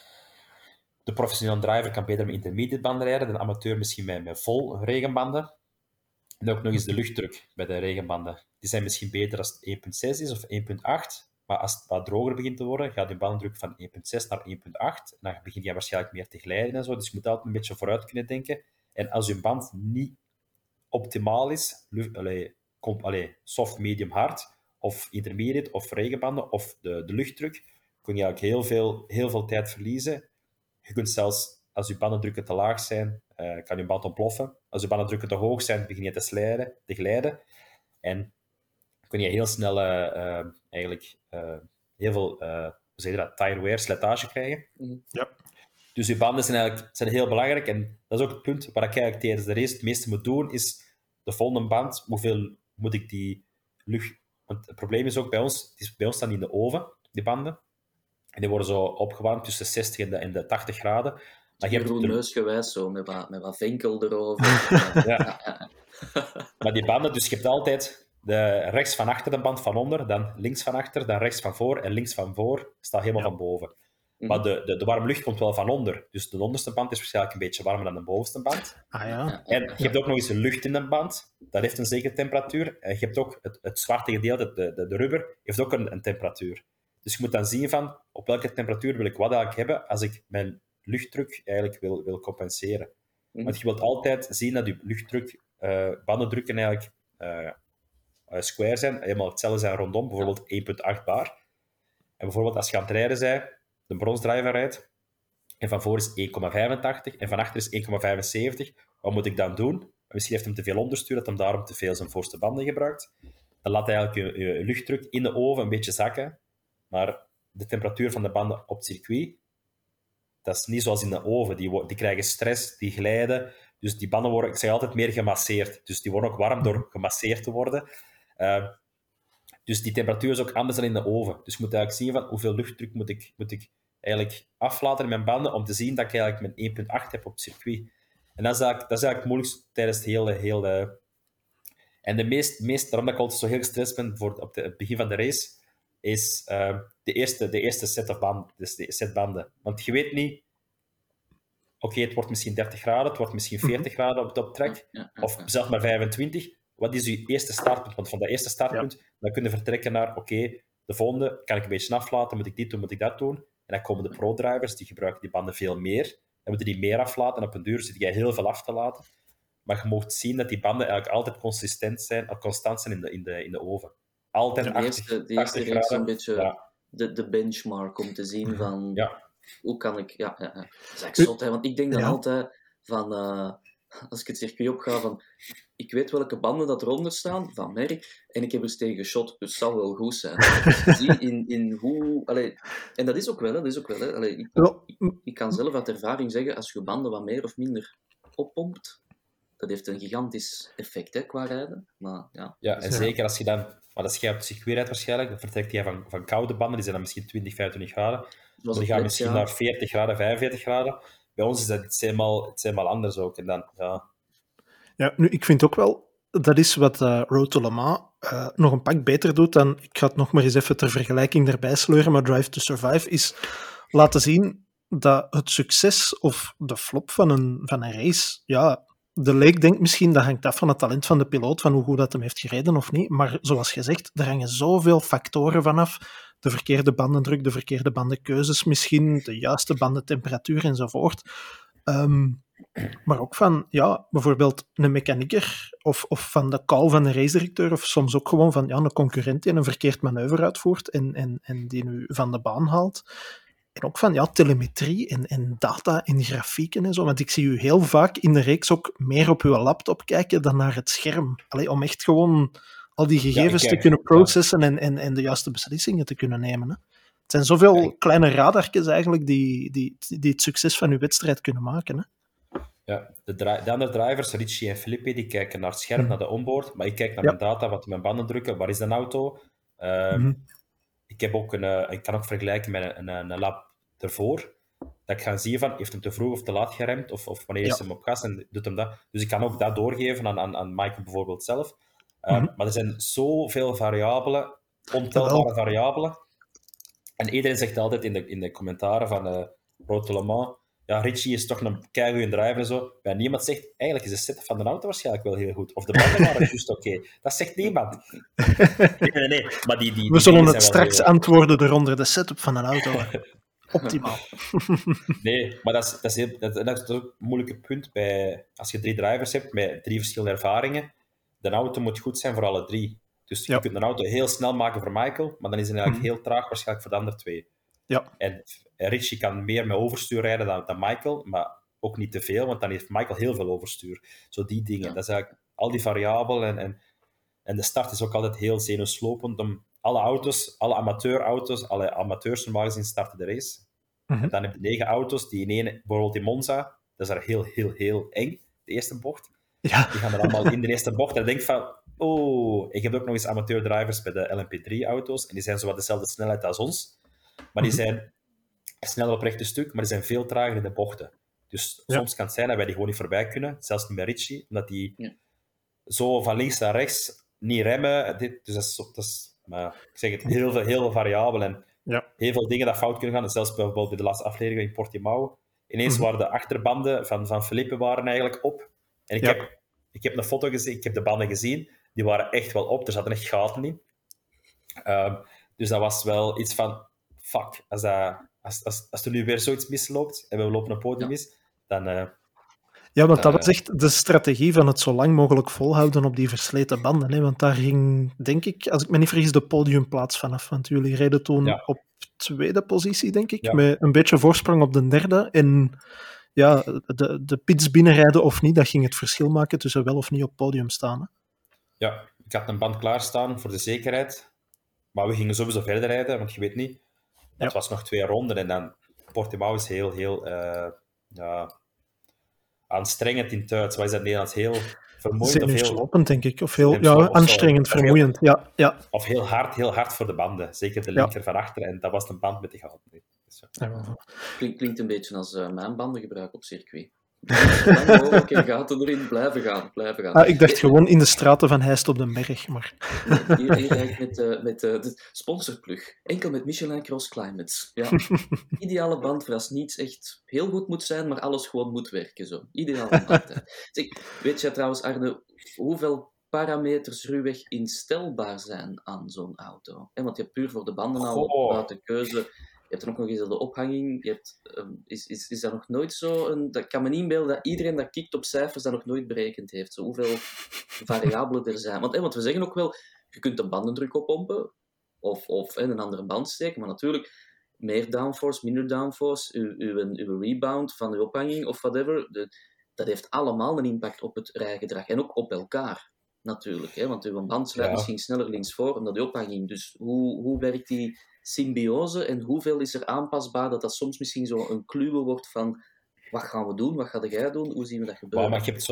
De professionele driver kan beter met intermediate banden rijden, de amateur misschien met, met vol regenbanden. En ook nog eens de luchtdruk bij de regenbanden. Die zijn misschien beter als het één komma zes is of één komma acht. Maar als het wat droger begint te worden, gaat je bandendruk van één komma zes naar één komma acht. En dan begin je waarschijnlijk meer te glijden en zo. Dus je moet altijd een beetje vooruit kunnen denken. En als je band niet optimaal is, lucht, allee, kom, allee, soft, medium, hard, of intermediate, of regenbanden, of de, de luchtdruk, kun je eigenlijk heel veel, heel veel tijd verliezen. Je kunt zelfs, als je bandendrukken te laag zijn, uh, kan je band ontploffen. Als je bandendrukken te hoog zijn, begin je te slijden, te glijden. En kun je heel snel uh, uh, eigenlijk uh, heel veel, uh, hoe zeg je dat, tire wear, slijtage krijgen. Mm-hmm. Ja. Dus je banden zijn eigenlijk zijn heel belangrijk. En dat is ook het punt waar ik eigenlijk tijdens de race het meeste moet doen, is de volgende band, hoeveel moet ik die lucht... Want het probleem is ook bij ons, het is bij ons staan die in de oven, die banden. En die worden zo opgewarmd tussen zestig en de, en de tachtig graden. Maar je hebt Jeroen Neusgewijs, zo, met wat, met wat venkel erover. Ja. Maar die banden, dus je hebt altijd de rechts van achter de band van onder, dan links van achter, dan rechts van voor en links van voor staat helemaal ja. van boven. Mm-hmm. Maar de, de, de warme lucht komt wel van onder. Dus de onderste band is waarschijnlijk een beetje warmer dan de bovenste band. Ah, ja. En je hebt ook nog eens lucht in de band. Dat heeft een zekere temperatuur. En je hebt ook het, het zwarte gedeelte, de, de, de rubber, heeft ook een, een temperatuur. Dus je moet dan zien van, op welke temperatuur wil ik wat eigenlijk hebben als ik mijn luchtdruk eigenlijk wil, wil compenseren. Mm-hmm. Want je wilt altijd zien dat je luchtdruk, uh, bandendrukken eigenlijk uh, uh, square zijn, helemaal hetzelfde zijn rondom, bijvoorbeeld één komma acht bar. En bijvoorbeeld als je aan het rijden bent, de bronsdriver rijdt, en van voor is één komma vijfentachtig en van achter is één komma vijfenzeventig. Wat moet ik dan doen? Misschien heeft hem te veel onderstuur, dat hem daarom te veel zijn voorste banden gebruikt. Dan laat hij eigenlijk je, je luchtdruk in de oven een beetje zakken, maar de temperatuur van de banden op het circuit, dat is niet zoals in de oven. Die, die krijgen stress, die glijden, dus die banden worden, ik zeg altijd, meer gemasseerd. Dus die worden ook warm door gemasseerd te worden. Uh, dus die temperatuur is ook anders dan in de oven. Dus je moet eigenlijk zien van hoeveel luchtdruk moet ik, moet ik eigenlijk aflaten in mijn banden om te zien dat ik eigenlijk mijn één komma acht heb op het circuit. En dat is eigenlijk, dat is eigenlijk het moeilijkste tijdens het hele... hele... En de meest, meest, daarom dat ik altijd zo heel gestrest ben voor op de, het begin van de race, is uh, de, eerste, de eerste set of banden. Dus de set banden. Want je weet niet... Oké, okay, het wordt misschien dertig graden, het wordt misschien veertig graden op de track, of zelfs maar vijfentwintig. Wat is je eerste startpunt? Want van dat eerste startpunt, ja. dan kun je vertrekken naar, oké, okay, de volgende kan ik een beetje aflaten, moet ik dit doen, moet ik dat doen. En dan komen de pro-drivers, die gebruiken die banden veel meer. Dan moeten die meer aflaten, en op een duur zit jij heel veel af te laten. Maar je mag zien dat die banden eigenlijk altijd consistent zijn, of constant zijn in de, in de, in de oven. Altijd de eerste, de eerste graden. is een beetje ja. de, de benchmark om te zien van... Ja. Hoe kan ik... Ja, ja, ja. Dat is eigenlijk zot, hè? Want ik denk dan ja. altijd van... Uh, als ik het circuit op ga, van... Ik weet welke banden dat eronder staan, van merk, en ik heb er tegen geshot, dus het zal wel goed zijn. Dus je ziet in, in hoe... Allee, en dat is ook wel, hè. Dat is ook wel, hè. Allee, ik, ik, ik kan zelf uit ervaring zeggen, als je banden wat meer of minder oppompt, dat heeft een gigantisch effect hè, qua rijden. Maar, ja, Ja, dus, en ja. zeker als je dan... Maar als je op het circuit rijdt waarschijnlijk, dan vertrekt je van, van koude banden, die zijn dan misschien twintig, vijfentwintig graden. zoals Maar die op gaan Let's, misschien ja. naar veertig graden, vijfenveertig graden. Bij ons is dat iets helemaal, iets helemaal anders ook. En dan, ja... Ja, nu, ik vind ook wel, dat is wat uh, Road to Le Mans uh, nog een pak beter doet dan, ik ga het nog maar eens even ter vergelijking erbij sleuren, maar Drive to Survive is laten zien dat het succes of de flop van een, van een race, ja, de leek denkt misschien, dat hangt af van het talent van de piloot, van hoe goed dat hem heeft gereden of niet, maar zoals gezegd, er hangen zoveel factoren vanaf, de verkeerde bandendruk, de verkeerde bandenkeuzes misschien, de juiste bandentemperatuur enzovoort. Um, maar ook van, ja, bijvoorbeeld een mechanieker of, of van de call van de race-directeur of soms ook gewoon van ja, een concurrent die een verkeerd manoeuvre uitvoert en, en, en die nu van de baan haalt. En ook van ja, telemetrie en, en data en grafieken en zo. Want ik zie u heel vaak in de reeks ook meer op uw laptop kijken dan naar het scherm. Allee, om echt gewoon al die gegevens Ja, te kunnen processen en, en, en de juiste beslissingen te kunnen nemen. Hè. Het zijn zoveel Ja, ik... kleine radartjes eigenlijk die, die, die het succes van uw wedstrijd kunnen maken. Hè. Ja, de, dri- de andere drivers, Richie en Felipe, die kijken naar het scherm, mm. naar de onboard, maar ik kijk naar ja. mijn data, wat mijn banden drukken, waar is de auto. Uh, mm. Ik heb ook een, uh, ik kan ook vergelijken met een, een, een lap ervoor, dat ik ga zien van, heeft hem te vroeg of te laat geremd, of, of wanneer is ja. hem op gas en doet hem dat. Dus ik kan ook dat doorgeven aan, aan, aan Michael bijvoorbeeld zelf. Uh, mm-hmm. Maar er zijn zoveel variabelen, ontelbare oh. variabelen. En iedereen zegt altijd in de, in de commentaren van uh, Road to Le Mans, ja, Richie is toch een keigoeie driver en zo. Maar niemand zegt, eigenlijk is de setup van de auto waarschijnlijk wel heel goed. Of de banden waren juist oké. Okay. Dat zegt niemand. Nee, nee, nee. Maar die, die, We die zullen het straks heel... antwoorden eronder de setup van een auto. Optimaal. Nee, maar dat is, dat, is heel, dat, dat is ook een moeilijke punt bij, als je drie drivers hebt met drie verschillende ervaringen. De auto moet goed zijn voor alle drie. Dus je ja. kunt een auto heel snel maken voor Michael, maar dan is hij eigenlijk mm-hmm. heel traag waarschijnlijk voor de andere twee. Ja. En Richie kan meer met overstuur rijden dan, dan Michael, maar ook niet te veel, want dan heeft Michael heel veel overstuur. Zo die dingen. Ja. Dat is eigenlijk al die variabelen. En, en, en de start is ook altijd heel zenuwslopend. Om alle auto's, alle amateurauto's, alle amateurs normaal gezien starten de race. Mm-hmm. En dan heb je negen auto's die in één, bijvoorbeeld in Monza, dat is daar heel, heel, heel eng, de eerste bocht. Ja. Die gaan er allemaal in de eerste bocht. En dan denk je van, oh, ik heb ook nog eens amateurdrivers bij de L M P drie auto's. En die zijn zo wat dezelfde snelheid als ons. Maar die zijn sneller op rechte stuk, maar die zijn veel trager in de bochten. Dus ja. soms kan het zijn dat wij die gewoon niet voorbij kunnen. Zelfs niet met Richie, omdat die ja. zo van links naar rechts niet remmen. Dit, dus dat is, dat is maar, ik zeg het, heel veel, heel veel variabel en ja. heel veel dingen dat fout kunnen gaan. En zelfs bijvoorbeeld bij de laatste aflevering in Portimao. Ineens mm-hmm. waren de achterbanden van, van Felipe waren eigenlijk op. En ik, ja. heb, ik heb een foto gezien, ik heb de banden gezien. Die waren echt wel op, er zaten echt gaten in. Um, dus dat was wel iets van... Fuck, als, dat, als, als, als er nu weer zoiets misloopt en we lopen een podium is, dan... Uh, ja, want dat uh, was echt de strategie van het zo lang mogelijk volhouden op die versleten banden. Hè? Want daar ging, denk ik, als ik me niet vergis, de podiumplaats vanaf. Want jullie reden toen ja. op tweede positie, denk ik, ja. met een beetje voorsprong op de derde. En ja, de, de pits binnenrijden of niet, dat ging het verschil maken tussen wel of niet op podium staan. Hè? Ja, ik had een band klaarstaan voor de zekerheid. Maar we gingen sowieso verder rijden, want je weet niet... Ja. Het was nog twee ronden en dan Portimao is heel, heel uh, ja, aanstrengend in het Duits. Wat is dat Nederlands? Heel vermoeiend? Of heel slopend, denk ik. Of heel ja, of aanstrengend, zo. vermoeiend. Heel, ja, ja. Of heel hard, heel hard voor de banden. Zeker de linker ja. van achter. En dat was een band met die gaten. Dus, ja. Klink, klinkt een beetje als uh, mijn bandengebruik op circuit. Lang mogelijk en gaten erin, blijven gaan, blijven gaan. Ah, ik dacht gewoon in de straten van Heist op den Berg, maar... Nee, hier, hier rijd ik met, uh, met uh, de sponsorplug. Enkel met Michelin Cross Climates. Ja. Ideale band voor als niets echt heel goed moet zijn, maar alles gewoon moet werken. Zo. Ideale band. Zeg, weet je trouwens, Arne, hoeveel parameters ruwweg instelbaar zijn aan zo'n auto? He, want je hebt puur voor de banden al oh. buiten keuze... Je hebt er ook nog eens de ophanging. Je hebt, um, is, is, is dat nog nooit zo... Een, dat kan me niet inbeelden dat iedereen dat kikt op cijfers dat nog nooit berekend heeft. Zo hoeveel variabelen er zijn. Want, eh, want we zeggen ook wel, je kunt de bandendruk oppompen. Of, of eh, een andere band steken. Maar natuurlijk, meer downforce, minder downforce. Uw, uw, uw rebound van uw ophanging of whatever. De, dat heeft allemaal een impact op het rijgedrag. En ook op elkaar. Natuurlijk. Hè, want uw band sluit ja. misschien sneller linksvoor omdat de ophanging. Dus hoe, hoe werkt die... symbiose en hoeveel is er aanpasbaar dat dat soms misschien zo een kluwe wordt van wat gaan we doen, wat ga jij doen, hoe zien we dat gebeuren? Maar, maar je, hebt zo, je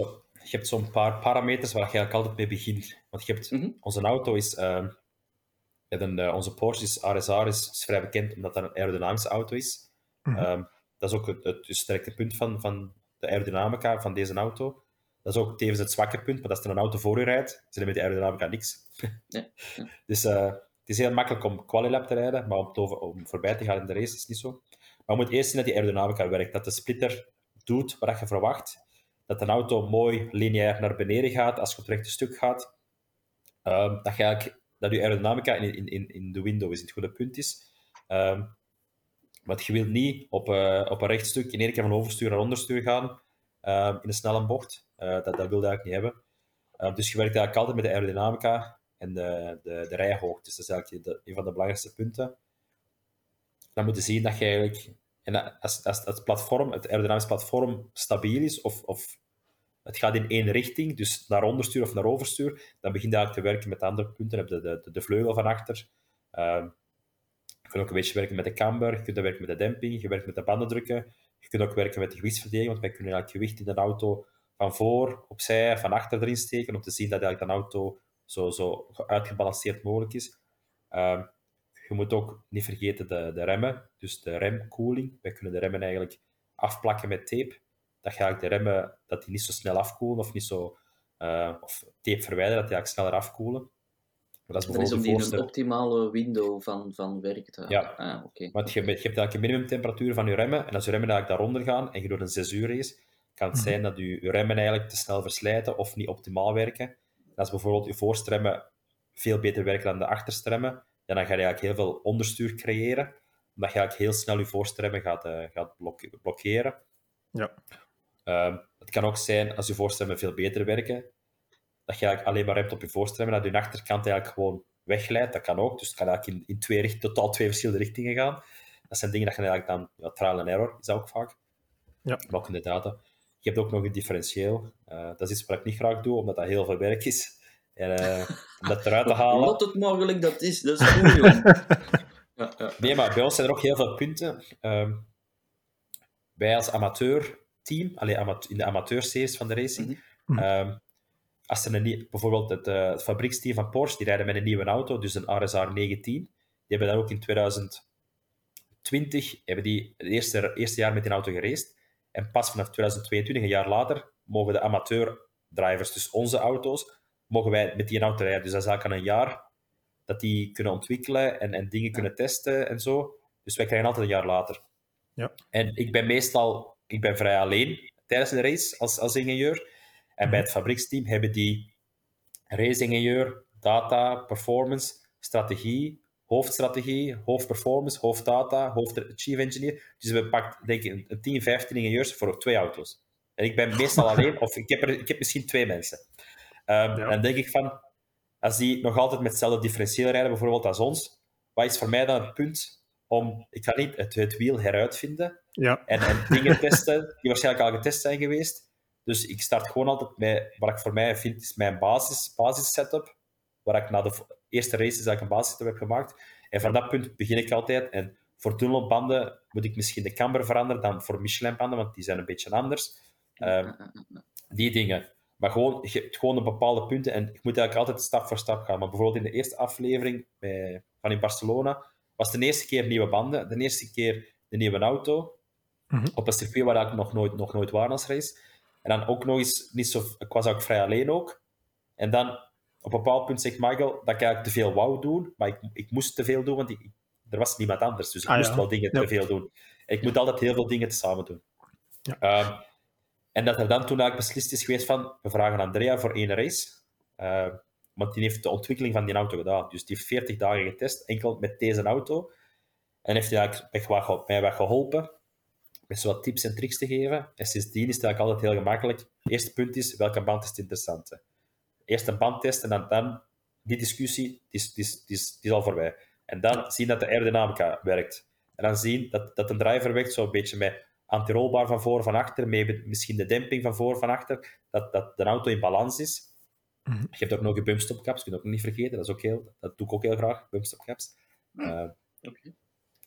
je hebt zo'n paar parameters waar je eigenlijk altijd mee begint. Want je hebt, Mm-hmm. onze auto is, uh, een, uh, onze Porsche is R S R is, is vrij bekend omdat dat een aerodynamische auto is. Mm-hmm. Um, dat is ook het, het, het sterke punt van, van de aerodynamica van deze auto. Dat is ook tevens het zwakke punt, maar als er een auto voor je rijdt, ze hebben met die aerodynamica niks. Ja, ja. Dus uh, het is heel makkelijk om quali-lap te rijden, maar om, te over, om voorbij te gaan in de race is het niet zo. Maar je moet eerst zien dat die aerodynamica werkt, dat de splitter doet wat je verwacht, dat een auto mooi lineair naar beneden gaat als je op het rechte stuk gaat, um, dat, je eigenlijk, dat je aerodynamica in, in, in de window is, in het goede punt is. Um, want je wilt niet op, uh, op een rechtstuk in één keer van overstuur naar onderstuur gaan uh, in een snelle bocht. Uh, dat, dat wil je eigenlijk niet hebben. Uh, dus je werkt eigenlijk altijd met de aerodynamica en de, de, de rijhoogtes. Dat is eigenlijk de, een van de belangrijkste punten. Dan moet je zien dat je eigenlijk... En als, als het platform, het aerodynamisch platform stabiel is, of, of het gaat in één richting, dus naar onderstuur of naar overstuur, dan begin je eigenlijk te werken met andere punten. Dan heb je de, de, de vleugel van achter. Uh, je kunt ook een beetje werken met de camber, je kunt werken met de demping, je werkt met de bandendrukken, je kunt ook werken met de gewichtsverdeling, want wij kunnen eigenlijk gewicht in de auto van voor, opzij, van achter erin steken, om te zien dat eigenlijk de auto zo, zo uitgebalanceerd mogelijk is. Uh, je moet ook niet vergeten de, de remmen, dus de remkoeling. Wij kunnen de remmen eigenlijk afplakken met tape, dat je eigenlijk de remmen dat die niet zo snel afkoelen, of, niet zo, uh, of tape verwijderen, dat die eigenlijk sneller afkoelen. Maar dat is, dat is om die voorstel... een optimale window van, van werk te houden. Ja, ah, okay. want je, je hebt eigenlijk een minimumtemperatuur van je remmen, en als je remmen eigenlijk daaronder gaan, en je doet een zes uur race, kan het zijn dat je, je remmen eigenlijk te snel verslijten of niet optimaal werken. En als bijvoorbeeld je voorstremmen veel beter werken dan de achterstremmen, ja, dan ga je eigenlijk heel veel onderstuur creëren, omdat je eigenlijk heel snel je voorstremmen gaat, uh, gaat blok- blokkeren. Ja. Uh, het kan ook zijn, als je voorstremmen veel beter werken, dat je eigenlijk alleen maar remt op je voorstremmen, dat je achterkant eigenlijk gewoon wegglijdt. Dat kan ook. Dus het kan eigenlijk in, in twee richt- totaal twee verschillende richtingen gaan. Dat zijn dingen dat je eigenlijk dan... Ja, trial and error is dat ook vaak. Ja. Maar ook in de data. Je hebt ook nog een differentieel. Uh, dat is iets wat ik niet graag doe, omdat dat heel veel werk is. En uh, om dat eruit te halen... Wat het mogelijk dat is, dat is goed, jong. ja, ja. Nee, maar bij ons zijn er ook heel veel punten. Um, wij als amateurteam, allee, ama- in de amateurseries van de racing... Mm-hmm. Um, Als er een, bijvoorbeeld het, uh, het fabrieksteam van Porsche, die rijden met een nieuwe auto, dus een R S R negentien. Die hebben dan ook in twintig twintig hebben die het eerste, eerste jaar met die auto geraced. En pas vanaf twintig tweeëntwintig, een jaar later, mogen de amateurdrivers, dus onze auto's, mogen wij met die auto rijden. Dus dat is eigenlijk een jaar dat die kunnen ontwikkelen en, en dingen kunnen testen en zo. Dus wij krijgen altijd een jaar later. Ja. En ik ben meestal ik ben vrij alleen tijdens de race als, als ingenieur. En bij het fabrieksteam hebben die race-ingenieur, data, performance, strategie, hoofdstrategie, hoofdperformance, hoofddata, hoofd-chief engineer. Dus we pakken denk ik een tien, vijftien ingenieurs voor twee auto's. En ik ben meestal alleen, of ik heb, er, ik heb misschien twee mensen. Um, ja. En dan denk ik van, als die nog altijd met hetzelfde differentieel rijden, bijvoorbeeld als ons, wat is voor mij dan het punt om, ik ga niet het, het wiel heruitvinden ja. en, en dingen testen die waarschijnlijk al getest zijn geweest. Dus ik start gewoon altijd met, wat ik voor mij vind, is mijn basis, basis setup, waar ik na de eerste races eigenlijk een basis setup heb gemaakt. En van dat punt begin ik altijd. En voor Dunlop-banden moet ik misschien de camber veranderen dan voor Michelin-banden, want die zijn een beetje anders. Um, die dingen. Maar gewoon, je hebt gewoon een bepaalde punten en ik moet eigenlijk altijd stap voor stap gaan. Maar bijvoorbeeld in de eerste aflevering bij, van in Barcelona was de eerste keer nieuwe banden, de eerste keer de nieuwe auto, mm-hmm. op een circuit waar ik nog nooit, nog nooit was als race. En dan ook nog eens, niet zo, ik was ook vrij alleen ook. En dan, op een bepaald punt zegt Michael dat ik eigenlijk te veel wou doen, maar ik, ik moest te veel doen, want ik, er was niemand anders. Dus ik ah, moest ja. wel dingen ja. te veel doen. En ik moet altijd heel veel dingen tezamen doen. Ja. Um, en dat er dan toen eigenlijk beslist is geweest van, we vragen Andrea voor één race. Uh, want die heeft de ontwikkeling van die auto gedaan. Dus die heeft veertig dagen getest, enkel met deze auto. En heeft hij eigenlijk mij wat geholpen met zo wat tips en tricks te geven. En sindsdien is het eigenlijk altijd heel gemakkelijk. Het eerste punt is, welke band is het interessante? Eerst een band testen en dan, dan die discussie, die is, die, is, die, is, die is al voorbij. En dan zien dat de aerodynamica werkt. En dan zien dat, dat een driver werkt zo een beetje met antirolbaar van voor van achter, met misschien de demping van voor van achter, dat, dat de auto in balans is. Mm-hmm. Je hebt ook nog je bumpstopcaps, kun je ook niet vergeten. Dat, is ook heel, dat doe ik ook heel graag, bumpstopcaps. Uh, okay.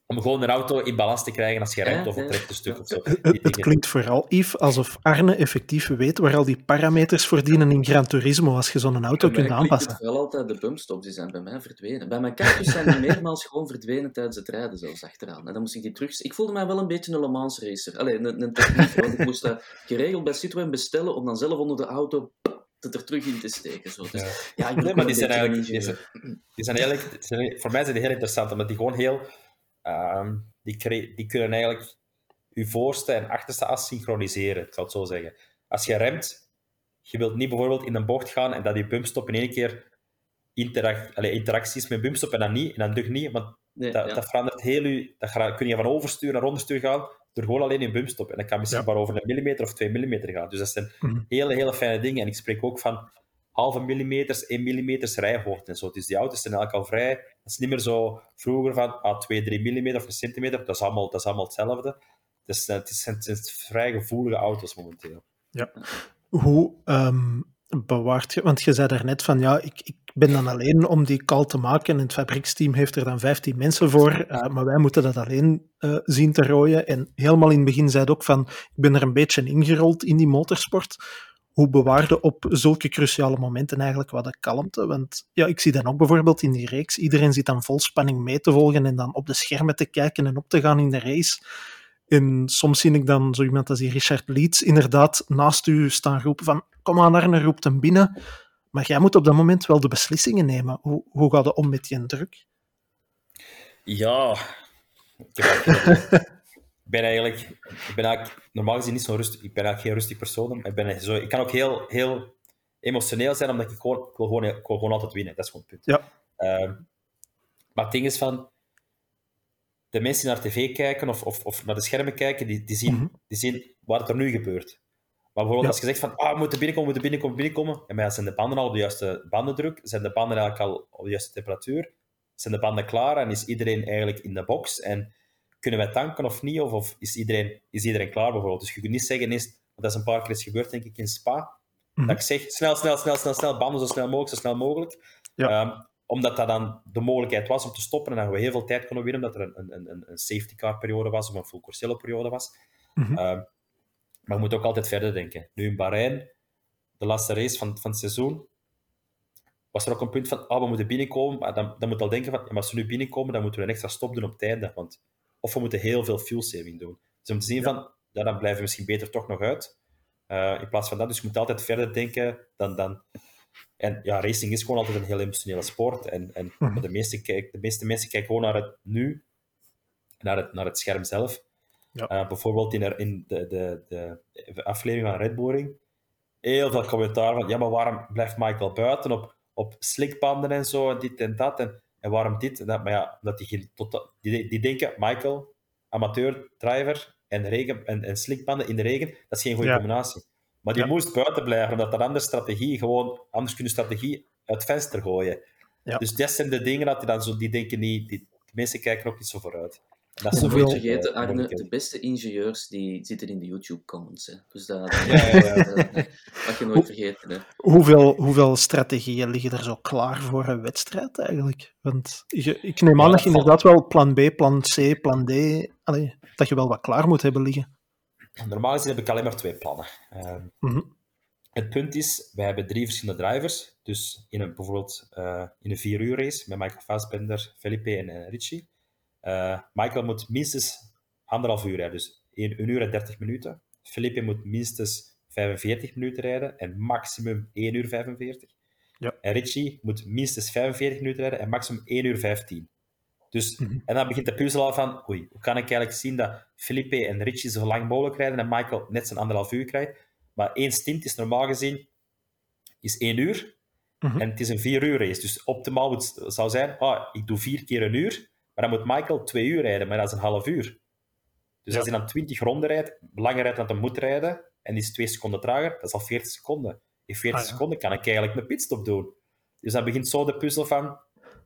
om gewoon een auto in balans te krijgen als je remt Ja, of ja. het trekt een stuk of zo. Het, Die het dingen. klinkt vooral, Yves, alsof Arne effectief weet waar al die parameters voor dienen in Gran Turismo, als je zo'n auto Bij kunt mij klinkt het aanpassen. vooral altijd, de bumpstops die zijn bij mij verdwenen. Bij mijn cactus zijn die meermaals gewoon verdwenen tijdens het rijden, zelfs achteraan. En dan moest ik die terug... Ik voelde mij wel een beetje een Le Mans racer. Allee, een, een technieker, want ik moest dat geregeld bij Citroën bestellen om dan zelf onder de auto het er terug in te steken. Zo. Dus, Ja. ja, ik Nee, ben maar een die zijn beetje een eigenlijk... Die ingenieur. zijn, die zijn eigenlijk die zijn- voor mij zijn die heel interessant, omdat die gewoon heel... ehm, die, cre- die kunnen eigenlijk je voorste en achterste as synchroniseren, ik zal het zo zeggen. Als je remt, je wilt niet bijvoorbeeld in een bocht gaan en dat die bumpstop in één keer interac allee, interacties met bumpstop en dan niet, en dan terug niet, want Nee, dat, ja. dat verandert heel je... Dat ga- kun je van overstuur naar onderstuur gaan door gewoon alleen in bumpstop. En dat kan misschien Ja. maar over een millimeter of twee millimeter gaan. Dus dat zijn Mhm. hele, hele fijne dingen. En ik spreek ook van halve millimeters, één millimeters rijhoogte en zo. Dus die auto's zijn eigenlijk al vrij... Dat is niet meer zo vroeger van ah, twee, drie millimeter of een centimeter. Dat is allemaal, dat is allemaal hetzelfde. Dus, uh, het, is, het zijn vrij gevoelige auto's momenteel. Ja. Hoe ehm, bewaart je... Want je zei daarnet van, ja, ik, ik ben dan alleen om die call te maken en het fabrieksteam heeft er dan vijftien mensen voor, uh, maar wij moeten dat alleen uh, zien te rooien. En helemaal in het begin zei het ook van, ik ben er een beetje ingerold in die motorsport. Hoe bewaarde op zulke cruciale momenten eigenlijk wat de kalmte? Want ja, ik zie dan ook bijvoorbeeld in die reeks, iedereen zit dan vol spanning mee te volgen en dan op de schermen te kijken en op te gaan in de race. En soms zie ik dan zo iemand als die Richard Leeds inderdaad naast u staan roepen van kom aan Arne, roept hem binnen. Maar jij moet op dat moment wel de beslissingen nemen. Hoe, hoe gaat het om met je druk? Ja, ik, heb eigenlijk, ik ben eigenlijk, ik ben eigenlijk normaal gezien niet zo rustig. Ik ben eigenlijk geen rustig persoon. Ik, ben zo, ik kan ook heel, heel emotioneel zijn, omdat ik gewoon, ik wil gewoon, ik wil gewoon altijd winnen. Dat is gewoon het punt. Ja. Uh, maar het ding is van, de mensen die naar tv kijken of, of, of naar de schermen kijken, die, die, zien, Mm-hmm. die zien wat er nu gebeurt. Maar bijvoorbeeld Ja. als je zegt van, ah, we moeten binnenkomen, we moeten binnenkomen, binnenkomen. En maar zijn de banden al op de juiste bandendruk? Zijn de banden eigenlijk al op de juiste temperatuur? Zijn de banden klaar en is iedereen eigenlijk in de box? En kunnen wij tanken of niet? Of, of is, iedereen, is iedereen klaar bijvoorbeeld? Dus je kunt niet zeggen, eens, want dat is een paar keer eens gebeurd, denk ik, in Spa. Mm-hmm. Dat ik zeg, snel, snel, snel, snel, snel, banden zo snel mogelijk, zo snel mogelijk. Ja. Um, omdat dat dan de mogelijkheid was om te stoppen en dat we heel veel tijd konden winnen, omdat er een, een, een, een safety car periode was of een full Corsello periode was. Mm-hmm. Um, maar je moet ook altijd verder denken. Nu in Bahrein, de laatste race van, van het seizoen, was er ook een punt van, ah, we moeten binnenkomen. Maar dan, dan moet je al denken van, ja, maar als we nu binnenkomen, dan moeten we een extra stop doen op het einde. Want, of we moeten heel veel fuel saving doen. Dus om te zien Ja. van, ja, dan blijven we misschien beter toch nog uit. Uh, in plaats van dat. Dus je moet altijd verder denken dan... dan en ja, racing is gewoon altijd een heel emotionele sport. En, en Mm-hmm. de, meeste kijk, de meeste mensen kijken gewoon naar het nu, naar het, naar het scherm zelf. Ja. Uh, bijvoorbeeld in, er, in de, de, de aflevering van Red Bull Ring, heel veel commentaar van, ja, maar waarom blijft Michael buiten op, op slickbanden en zo, en dit en dat, en, en waarom dit en dat? Maar ja, omdat die, tot, die, die denken, Michael, amateur, driver en, regen, en, en slickbanden in de regen, dat is geen goede Ja. combinatie. Maar die Ja. moest buiten blijven, omdat dat anders strategie gewoon, anders kunnen strategie uit het venster gooien. Ja. Dus dat zijn de dingen dat die dan zo, die denken niet, die, de mensen kijken ook niet zo vooruit. En dat is Niet Hoeveel- vergeten, uh, Arne, moeilijk. de beste ingenieurs die zitten in de YouTube-comments. Hè. Dus dat, Ja, ja, ja. dat mag je nooit vergeten. Hè. Hoeveel, hoeveel strategieën liggen er zo klaar voor een wedstrijd eigenlijk? Want je, ik neem aan Ja, dat je dat inderdaad wel plan B, plan C, plan D... Allee, dat je wel wat klaar moet hebben liggen. Normaal gezien heb ik alleen maar twee plannen. Um, Mm-hmm. Het punt is, wij hebben drie verschillende drivers. Dus in een, bijvoorbeeld uh, in een vier uur race met Michael Fassbender, Felipe en uh, Richie. Uh, Michael moet minstens anderhalf uur rijden, dus een uur en dertig minuten. Felipe moet minstens vijfenveertig minuten rijden en maximum één uur vijfenveertig. Ja. En Richie moet minstens vijfenveertig minuten rijden en maximum één uur vijftien. Dus, Mm-hmm. En dan begint de puzzel al van, oei, hoe kan ik eigenlijk zien dat Felipe en Richie zo lang mogelijk rijden en Michael net zijn anderhalf uur krijgt. Maar één stint is normaal gezien is één uur. Mm-hmm. En het is een vier uur race. Dus optimaal moet, zou zijn, ah, ik doe vier keer een uur, maar dan moet Michael twee uur rijden, maar dat is een half uur. Dus Ja. als hij dan twintig ronden rijdt, langer rijdt dan hij moet rijden, en die is twee seconden trager, dat is al veertig seconden. In veertig Ah, ja. seconden kan ik eigenlijk een pitstop doen. Dus dan begint zo de puzzel van...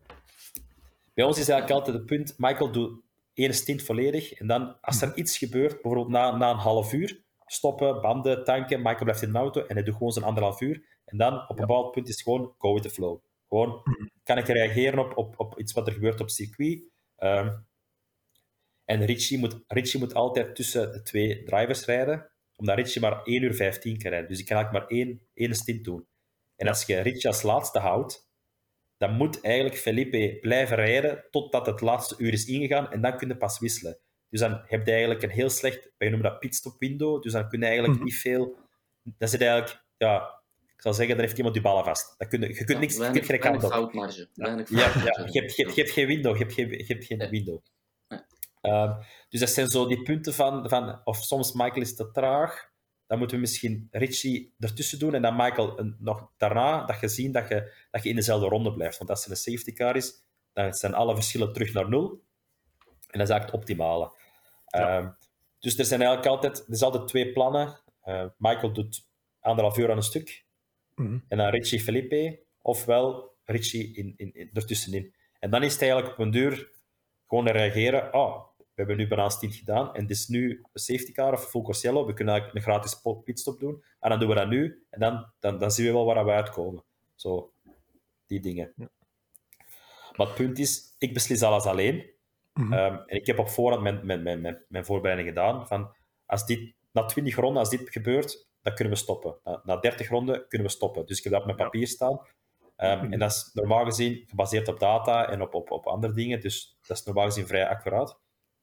Bij ons is eigenlijk altijd het punt, Michael doet één stint volledig, en dan, als er iets gebeurt, bijvoorbeeld na, na een half uur, stoppen, banden, tanken, Michael blijft in de auto, en hij doet gewoon zijn anderhalf uur, en dan, op een Ja. bepaald punt, is het gewoon go with the flow. Gewoon, kan ik reageren op, op, op iets wat er gebeurt op circuit? Um, En Richie moet, Richie moet altijd tussen de twee drivers rijden, omdat Richie maar één uur vijftien kan rijden. Dus ik kan eigenlijk maar één, één stint doen. En als je Richie als laatste houdt, dan moet eigenlijk Felipe blijven rijden totdat het laatste uur is ingegaan en dan kun je pas wisselen. Dus dan heb je eigenlijk een heel slecht, wij noemen dat pitstop window, dus dan kun je eigenlijk mm-hmm. niet veel... Dan zit eigenlijk, ja, ik zal zeggen, dan heeft iemand je ballen vast. Dan kun je, je kunt ja, niks, weinig, je kunt geen kant op. Foutmarge. Ja, ja, ja, je, hebt, je, hebt, je hebt geen window, je hebt geen, je hebt geen nee. window. Nee. Uh, dus dat zijn zo die punten van, van, of soms Michael is te traag, dan moeten we misschien Richie ertussen doen en dan Michael een, nog daarna, dat je ziet dat je, dat je in dezelfde ronde blijft. Want als er een safety car is, dan zijn alle verschillen terug naar nul. En dat is eigenlijk het optimale. Ja. Uh, dus er zijn eigenlijk altijd, er zijn altijd twee plannen. Uh, Michael doet anderhalf uur aan een stuk. Mm-hmm. En dan Richie Felipe, ofwel Richie in, in, in, ertussenin. En dan is het eigenlijk op een duur gewoon reageren. Oh, we hebben nu bijna een stint gedaan en het is nu een safety car of full course yellow. We kunnen eigenlijk een gratis pitstop doen. En dan doen we dat nu. En dan, dan, dan zien we wel waar we uitkomen. Zo, die dingen. Ja. Maar het punt is, ik beslis alles alleen. Mm-hmm. Um, en ik heb op voorhand mijn, mijn, mijn, mijn, mijn voorbereiding gedaan. Van, als dit, na twintig ronden, als dit gebeurt, dan kunnen we stoppen. Na, na dertig ronden kunnen we stoppen. Dus ik heb dat op mijn papier staan. Um, mm-hmm. En dat is normaal gezien gebaseerd op data en op, op, op andere dingen. Dus dat is normaal gezien vrij accuraat.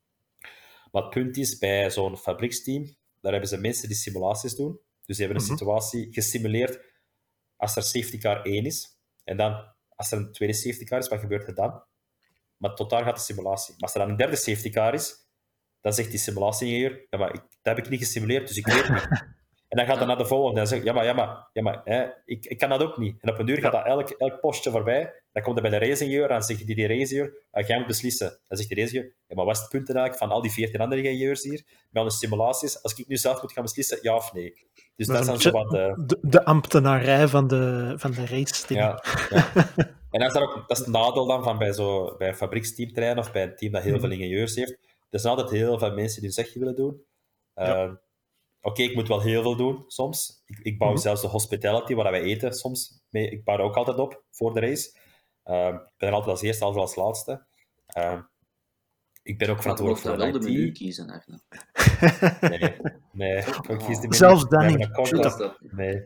Maar het punt is, bij zo'n fabrieksteam, daar hebben ze mensen die simulaties doen. Dus die hebben een mm-hmm. situatie gesimuleerd als er safety car één is. En dan, als er een tweede safety car is, wat gebeurt er dan? Maar tot daar gaat de simulatie. Maar als er dan een derde safety car is, dan zegt die simulatieingenieur, ja, maar ik, dat heb ik niet gesimuleerd, dus ik weet het niet. En dan gaat hij naar de volgende en dan zegt ja, maar, ja, maar, ja, maar hè, ik, ik kan dat ook niet. En op een duur gaat dat elk, elk postje voorbij. Dan komt hij bij de raceingenieur en dan zegt die, die raceingenieur, ah, jij moet beslissen. Dan zegt die raceingenieur, ja, maar wat is het punt eigenlijk van al die veertien andere ingenieurs hier, met alle simulaties, als ik nu zelf moet gaan beslissen, ja of nee. Dus dat is dan zo wat de... De, de ambtenarij van de, van de race-team. Ja, ja. En dat is, ook, dat is het nadeel dan van bij, zo, bij een fabrieksteamterrein of bij een team dat heel veel ingenieurs heeft. Er zijn altijd heel veel mensen die hun zegje willen doen. Ja. Uh, Oké, okay, ik moet wel heel veel doen, soms. Ik, ik bouw mm-hmm. zelfs de hospitality, waar wij eten, soms. Mee. Ik bouw er ook altijd op, voor de race. Uh, ik ben er altijd als eerste, altijd als laatste. Uh, ik ben ook verantwoordelijk voor de I T. Ik wel de menu kiezen, Arne. Nee, nee. Ik kies de menu. Zelfs dan niet. Nee.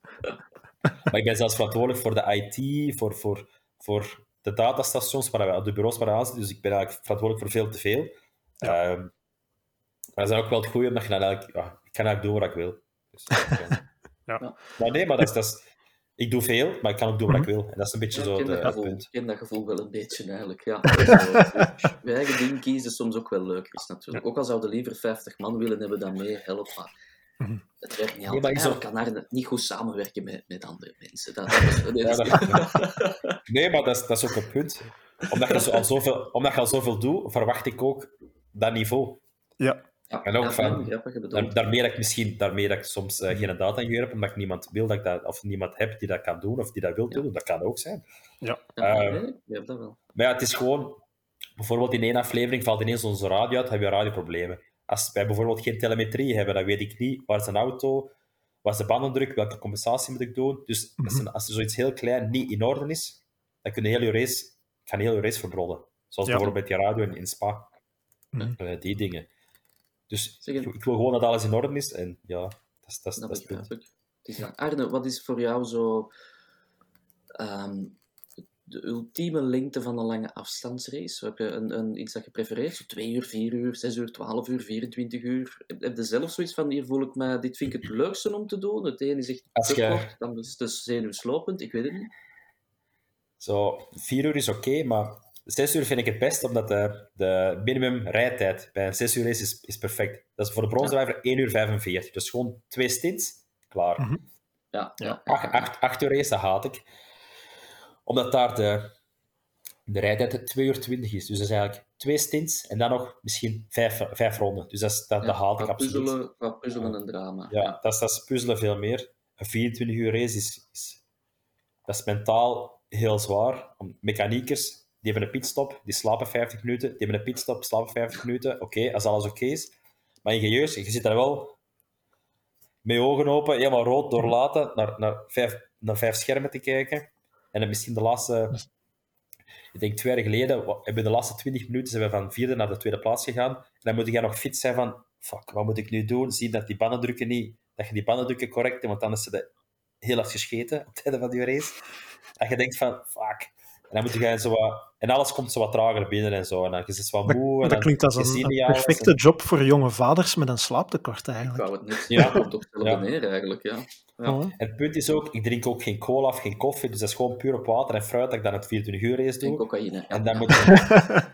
Maar ik ben zelfs verantwoordelijk voor de I T, voor, voor, voor de datastations, waar wij, de bureaus waar we aan zitten. Dus ik ben eigenlijk verantwoordelijk voor veel te veel. Ja. Uh, maar dat is ook wel het goede, omdat je dan eigenlijk... Ja, ik kan eigenlijk doen wat ik wil. Dus, ja. Ja. Maar nee, maar dat is, dat is... Ik doe veel, maar ik kan ook doen wat mm-hmm. ik wil. En dat is een beetje ja, zo de, gevoel, punt. Ik ken dat gevoel wel een beetje, eigenlijk. Ja. Je eigen ding kiezen is soms ook wel leuk, is natuurlijk. Ja. Ook al zouden liever vijftig man willen hebben dan mee helpen. Maar mm-hmm. het werkt niet altijd. Nee, eigenlijk kan Arne niet goed samenwerken met, met andere mensen. Dat, dat is, dat is ja, dat, nee, maar dat is, dat is ook een punt. Omdat je, zo, al zoveel, omdat je al zoveel doet, verwacht ik ook dat niveau. Ja. Ja, en ook ja, van, daar, daarmee dat ik misschien daarmee dat ik soms uh, geen data-ingenieur heb, omdat ik niemand wil dat ik dat, of niemand heb die dat kan doen, of die dat wil doen, ja. Dat kan ook zijn. Ja, ja uh, nee, je hebt dat wel. Maar ja, het is gewoon, bijvoorbeeld in één aflevering valt ineens onze radio uit, hebben we radioproblemen. Als wij bijvoorbeeld geen telemetrie hebben, dan weet ik niet waar is een auto, waar is de bandendruk, welke compensatie moet ik doen. Dus mm-hmm. als, er, als er zoiets heel klein niet in orde is, dan kun je heel je race, kan heel je race verbrollen. Zoals ja. bijvoorbeeld met die radio in, in Spa. Mm-hmm. Uh, die dingen. Dus ik, ik wil gewoon dat alles in orde is. En ja, dat is, dat is, dat is het punt. Dus Arne, wat is voor jou zo um, de ultieme lengte van een lange afstandsrace? Heb je een, een, iets dat je prefereert? Zo twee uur, vier uur, zes uur, twaalf uur, vierentwintig uur? Heb je zelf zoiets van, hier voel ik me, dit vind ik het leukste om te doen? Het ene is echt te kort, dan is het zenuwslopend, ik weet het niet. Zo, vier uur is oké, okay, maar zes uur vind ik het best, omdat de, de minimum rijtijd bij een zes uur race is, is perfect. Dat is voor de bronsdriver één uur vijfenveertig. Dus gewoon twee stints, klaar. Mm-hmm. Ja, ja. acht uur race, dat haat ik. Omdat daar de, de rijtijd twee uur twintig is. Dus dat is eigenlijk twee stints en dan nog misschien vijf, vijf ronden. Dus dat, is, dat, ja, dat haat ik absoluut. Puzzelen, qua puzzelen en drama. Ja, ja. Dat, is, dat is puzzelen veel meer. Een vierentwintig uur race is, is, dat is mentaal heel zwaar. Mechaniekers... Die hebben een pitstop, die slapen vijftig minuten. Die hebben een pitstop, slapen vijftig minuten. Oké, okay, als alles oké okay is. Maar ingenieurs, je zit daar wel met je ogen open, helemaal rood doorlaten, naar, naar, vijf, naar vijf schermen te kijken. En dan misschien de laatste Ik denk twee jaar geleden hebben we de laatste twintig minuten zijn we van vierde naar de tweede plaats gegaan. En dan moet jij nog fit zijn van, fuck, wat moet ik nu doen? Zien dat die bandendrukken niet, dat je die bandendrukken correct hebt, want anders zit je heel hard gescheten op het einde van die race. En je denkt van, fuck. En dan moet je zo wat, en alles komt zo wat trager binnen en zo. En dan is het wat moe. Dat, en dat klinkt als een, een perfecte en... job voor jonge vaders met een slaaptekort, eigenlijk. Ik wou het net Ja. ja. komt op hetzelfde Ja. neer, eigenlijk, ja. ja. Oh. En het punt is ook, ik drink ook geen cola of geen koffie, dus dat is gewoon puur op water en fruit dat ik dan het vierentwintig uur race En doe. cocaïne. Ja. En dan moet je...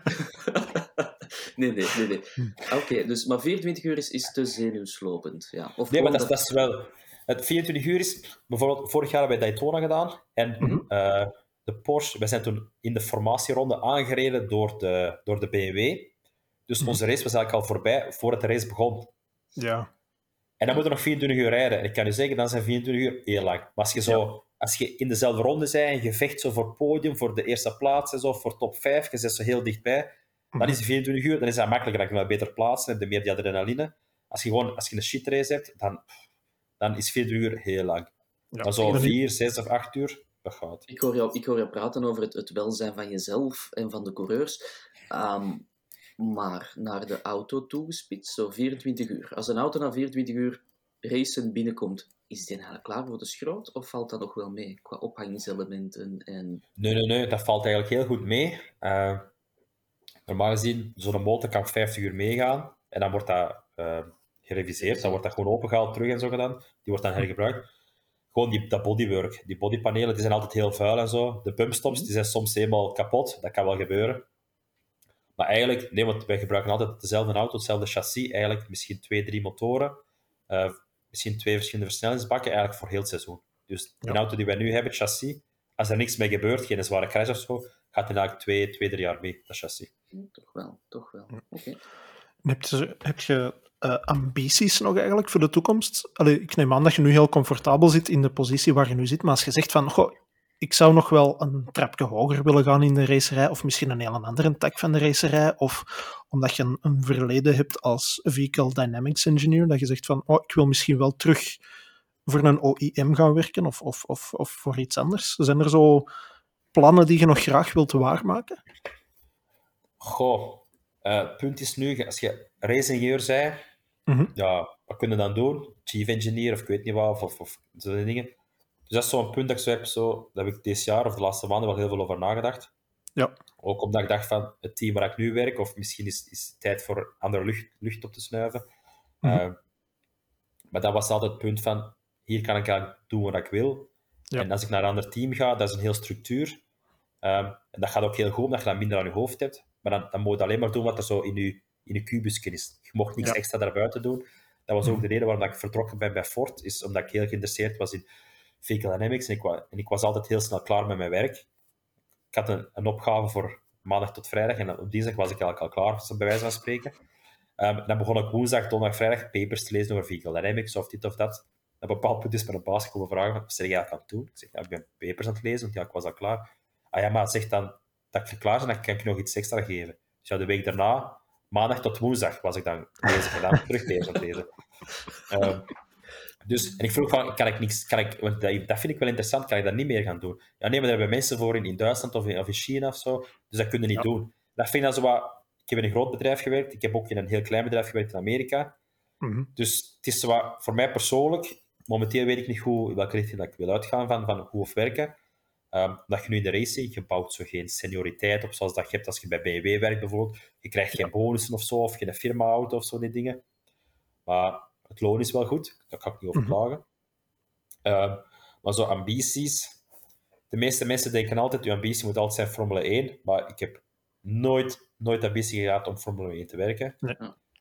nee, nee, nee. nee. Oké, okay, dus, maar vierentwintig uur is, is te zenuwslopend. Ja. Of Nee, maar dat, dat... dat is wel... Het vierentwintig uur is... Bijvoorbeeld, vorig jaar hebben wij Daytona gedaan. En Mm-hmm. uh, de Porsche... Wij zijn toen in de formatieronde aangereden door de, door de B M W. Dus mm-hmm. onze race was eigenlijk al voorbij voordat de race begon. Ja. En dan moeten we nog vierentwintig uur rijden. En ik kan je zeggen, dan zijn vierentwintig uur heel lang. Maar als je, zo, ja. als je in dezelfde ronde bent en je vecht zo voor podium, voor de eerste plaats en zo, voor top vijf, je zit zo heel dichtbij, dan is die vierentwintig uur, dan is dat makkelijker. Dan kun je beter plaatsen, heb je meer die adrenaline. Als je gewoon als je een shitrace hebt, dan, dan is vierentwintig uur heel lang. Ja, maar zo vier, zes of acht uur, dat gaat. Ik hoor jou, ik hoor jou praten over het, het welzijn van jezelf en van de coureurs. Um, maar naar de auto toegespitst, zo vierentwintig uur. Als een auto na vierentwintig uur racen binnenkomt, is die eigenlijk klaar voor de schroot? Of valt dat nog wel mee, qua ophangingselementen? En... Nee, nee, nee, dat valt eigenlijk heel goed mee. Uh, normaal gezien, zo'n motor kan vijftig uur meegaan. En dan wordt dat uh, gereviseerd. Dan wordt dat gewoon opengehaald terug en zo gedaan. Die wordt dan hergebruikt. Gewoon die, dat bodywork. Die bodypanelen, die zijn altijd heel vuil en zo. De pumpstops, die zijn soms helemaal kapot. Dat kan wel gebeuren. Maar eigenlijk, nee, want wij gebruiken altijd dezelfde auto, hetzelfde chassis. Eigenlijk misschien twee, drie motoren. Uh, misschien twee verschillende versnellingsbakken, eigenlijk voor heel het seizoen. Dus de ja. auto die wij nu hebben, het chassis, als er niks mee gebeurt, geen zware crash of zo, gaat die eigenlijk twee, twee, drie jaar mee, dat chassis. Toch wel, toch wel. Oké. Okay. Heb je, heb je uh, ambities nog eigenlijk voor de toekomst? Allee, ik neem aan dat je nu heel comfortabel zit in de positie waar je nu zit, maar als je zegt van, goh, ik zou nog wel een trapje hoger willen gaan in de racerij, of misschien een heel andere tak van de racerij, of omdat je een, een verleden hebt als Vehicle Dynamics Engineer, dat je zegt van, oh, ik wil misschien wel terug voor een O I M gaan werken, of, of, of, of voor iets anders. Zijn er zo plannen die je nog graag wilt waarmaken? Goh, het uh, punt is nu, als je race-ingenieur bent, mm-hmm. ja, wat kun je dan doen? Chief engineer, of ik weet niet wat, of, of, of zo'n dingen. Dus dat is zo'n punt dat ik zo heb, zo, daar heb ik dit jaar of de laatste maanden wel heel veel over nagedacht. Ja. Ook omdat ik dacht van, het team waar ik nu werk, of misschien is het tijd voor andere lucht, lucht op te snuiven. Mm-hmm. Uh, maar dat was altijd het punt van, hier kan ik eigenlijk doen wat ik wil. Ja. En als ik naar een ander team ga, dat is een heel structuur. Um, en dat gaat ook heel goed, omdat je dan minder aan je hoofd hebt. Maar dan, dan moet je alleen maar doen wat er zo in je, in je kubusje is. Je mocht niks ja. extra daarbuiten doen. Dat was ook mm-hmm. de reden waarom ik vertrokken ben bij Ford, is omdat ik heel geïnteresseerd was in Vehicle Dynamics. En ik, was, en ik was altijd heel snel klaar met mijn werk. Ik had een, een opgave voor maandag tot vrijdag. En op dinsdag was ik eigenlijk al klaar, bij wijze van spreken. Um, dan begon ik woensdag, donderdag, vrijdag papers te lezen over Vehicle Dynamics of dit of dat. Op een bepaald punt is met een baas gekomen vragen, wat zeg jij eigenlijk aan het doen? Ik zeg, ja, ik ben papers aan het lezen, want ja, ik was al klaar. Ah ja, maar zeg dan dat ik klaar ben, dan kan ik je nog iets extra geven. Dus ja, de week daarna, maandag tot woensdag, was ik dan bezig en dan terug papers aan het lezen. Um, dus, en ik vroeg van, kan ik niks, kan ik, want dat, dat vind ik wel interessant, kan ik dat niet meer gaan doen? Ja, nee, maar daar hebben mensen voor in, in Duitsland of in, of in China of zo, dus dat kun je niet ja. doen. Dat vind ik dan zo wat, ik heb in een groot bedrijf gewerkt, ik heb ook in een heel klein bedrijf gewerkt in Amerika. Mm-hmm. Dus het is zo wat, voor mij persoonlijk, momenteel weet ik niet goed welke richting dat ik wil uitgaan van, van hoe of werken. Um, dat je nu in de race ziet, je bouwt zo geen senioriteit op zoals dat je hebt als je bij B M W werkt bijvoorbeeld. Je krijgt geen bonussen of zo, of geen firma-auto of zo, die dingen. Maar het loon is wel goed, daar kan ik niet over klagen. Mm-hmm. Um, maar zo ambities. De meeste mensen denken altijd, je ambitie moet altijd zijn Formule één, maar ik heb nooit, nooit ambitie gehad om Formule één te werken. Nee.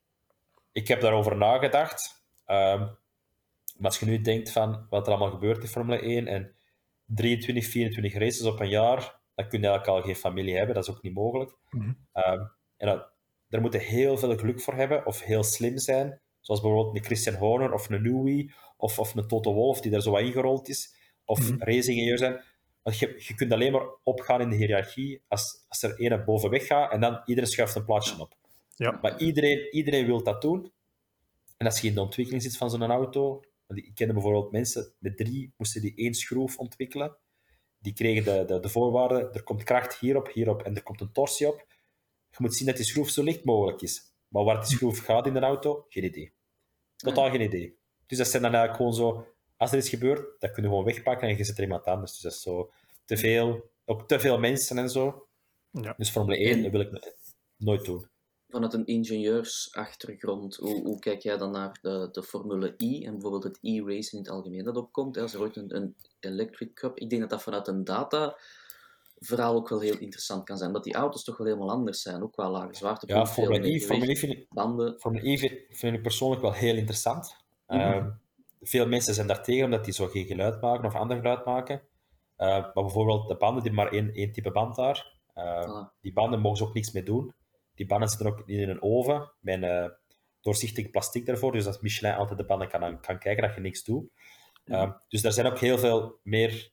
Ik heb daarover nagedacht. Um, maar als je nu denkt van wat er allemaal gebeurt in Formule één en drieëntwintig, vierentwintig races op een jaar, dan kun je eigenlijk al geen familie hebben. Dat is ook niet mogelijk. Mm-hmm. Um, en dat, daar moet je heel veel geluk voor hebben of heel slim zijn. Zoals bijvoorbeeld een Christian Horner of een Newey of, of een Toto Wolff die daar zo wat ingerold is. Of mm-hmm. racingingenieur zijn. Want je, je kunt alleen maar opgaan in de hiërarchie als, als er één boven gaat en dan iedereen schuift een plaatsje op. Ja. Maar iedereen, iedereen wil dat doen. En als je in de ontwikkeling zit van zo'n auto... Ik kende bijvoorbeeld mensen, met drie moesten die één schroef ontwikkelen. die kregen de, de, de voorwaarden, er komt kracht hierop, hierop en er komt een torsie op. Je moet zien dat die schroef zo licht mogelijk is. Maar waar die schroef gaat in de auto, geen idee. Totaal geen idee. Dus dat zijn dan eigenlijk gewoon zo... Als er iets gebeurt, dat kun je gewoon wegpakken en je zet er iemand anders. Dus dat is zo te veel... Ook te veel mensen en zo. Ja. Dus Formule één, dat wil ik nooit doen. Vanuit een ingenieursachtergrond, hoe, hoe kijk jij dan naar de, de Formule I en bijvoorbeeld het e-racing in het algemeen dat opkomt? Als er ooit een, een Electric Cup... Ik denk dat dat vanuit een data... verhaal ook wel heel interessant kan zijn. Dat die auto's toch wel helemaal anders zijn. Ook qua lage zwaartepunt. Ja, Formule I, Formule I vind ik, banden. Formule I vind, vind ik persoonlijk wel heel interessant. Mm-hmm. Uh, veel mensen zijn daar tegen omdat die zo geen geluid maken of ander geluid maken. Uh, maar bijvoorbeeld de banden, die maar één, één type band daar. Uh, ah. Die banden mogen ze ook niks mee doen. Die banden zitten ook in een oven met een uh, doorzichtig plastic daarvoor. Dus dat Michelin altijd de banden kan, kan kijken dat je niks doet. Uh, mm. Dus er zijn ook heel veel meer...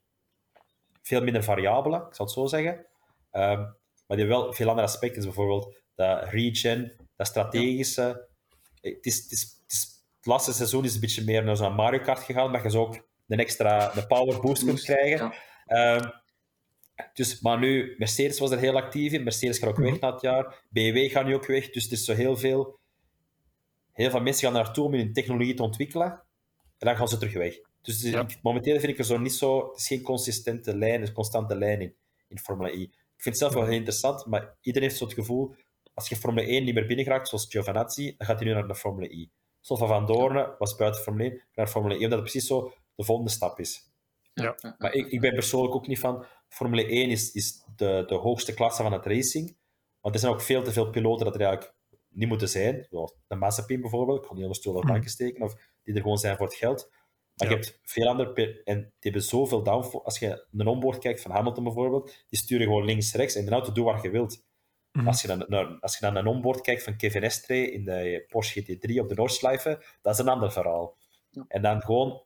Veel minder variabelen, ik zal het zo zeggen. Um, maar die hebben wel veel andere aspecten. Dus bijvoorbeeld dat regen, dat strategische. Ja. Het, is, het, is, het, is, het laatste seizoen is een beetje meer naar zo'n Mario Kart gegaan, maar je zo ook een extra een power boost kunt krijgen. Ja. Um, dus, maar nu, Mercedes was er heel actief in. Mercedes gaat ook weg na het jaar. B M W gaat nu ook weg. Dus het is zo heel veel... Heel veel mensen gaan daar naartoe om hun technologie te ontwikkelen. En dan gaan ze terug weg. Dus ja. ik, momenteel vind ik er zo niet zo... Het is geen consistente lijn, een constante lijn in, in Formule I. Ik vind het zelf wel heel interessant, maar iedereen heeft zo het gevoel... Als je Formule één niet meer binnengeraakt, zoals Giovinazzi, dan gaat hij nu naar de Formule I. Stoffel van Doorne was buiten Formule één, naar Formule één, omdat het precies zo de volgende stap is. Ja. Maar ik, ik ben persoonlijk ook niet van... Formule één is, is de, de hoogste klasse van het racing. Want er zijn ook veel te veel piloten dat er eigenlijk niet moeten zijn. Zoals de Mazepin bijvoorbeeld. Ik kon niet onder stoel of banken steken. Of die er gewoon zijn voor het geld. Maar ja. je hebt veel andere... En die hebben zoveel downforce. Als je een onboard kijkt van Hamilton bijvoorbeeld, die sturen gewoon links, rechts. En de auto doet wat je wilt. Mm-hmm. Als je dan naar, als je dan een onboard kijkt van Kevin Estre in de Porsche G T drie op de Noordschleife, dat is een ander verhaal. Ja. En dan gewoon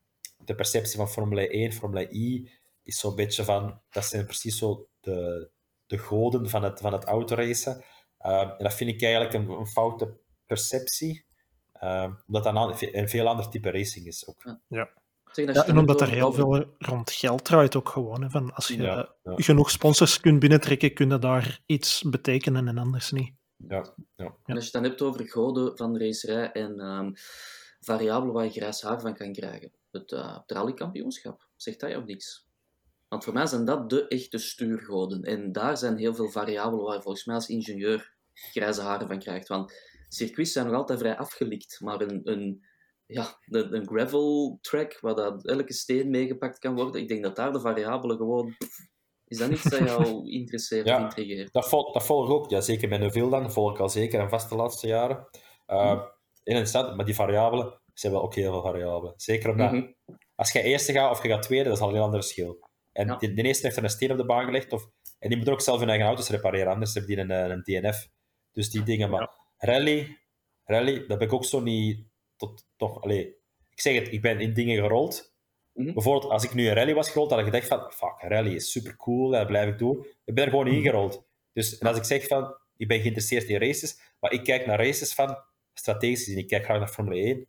de perceptie van Formule één, Formule I, is zo'n beetje van... Dat zijn precies zo de, de goden van het, van het autoracen. Uh, en dat vind ik eigenlijk een, een foute perceptie. Uh, omdat dat een, een veel ander type racing is ook. Ja. Ja, en omdat er heel veel rond geld draait ook gewoon. Hè, van als je ja, ja. genoeg sponsors kunt binnentrekken, kun je daar iets betekenen en anders niet. Ja, ja. En als je het dan hebt over goden van de racerij en um, variabelen waar je grijs haar van kan krijgen. Het, uh, het rallykampioenschap, zegt dat jou niks? Want voor mij zijn dat de echte stuurgoden. En daar zijn heel veel variabelen waar je volgens mij als ingenieur grijze haren van krijgt. Want circuits zijn nog altijd vrij afgelikt, maar een... een Ja, een, een gravel track, waar dat elke steen meegepakt kan worden. Ik denk dat daar de variabelen gewoon... Is dat niets dat jou interesseert ja, of intrigeert? Dat volg, dat volg ik ook. Ja, zeker met Neuville dan. Volg ik al zeker en vast de laatste jaren. Uh, mm. Interessant, maar die variabelen zijn wel ook heel veel variabelen. Zeker omdat... Mm-hmm. Als je eerste gaat of je gaat tweede, dat is al een heel ander verschil. En ja. de, de eerste heeft er een steen op de baan gelegd. Of, en die moet ook zelf hun eigen auto's repareren. Anders hebben die een, een D N F. Dus die dingen. Maar ja. rally, rally, dat ben ik ook zo niet... Tot, toch, allez, ik zeg het, ik ben in dingen gerold. Mm-hmm. Bijvoorbeeld, als ik nu een rally was gerold, had ik gedacht van, fuck, rally is super cool, dat blijf ik doen. Ik ben er gewoon mm-hmm. ingerold. Dus, en als ik zeg van, ik ben geïnteresseerd in races, maar ik kijk naar races van strategisch en ik kijk graag naar Formule één.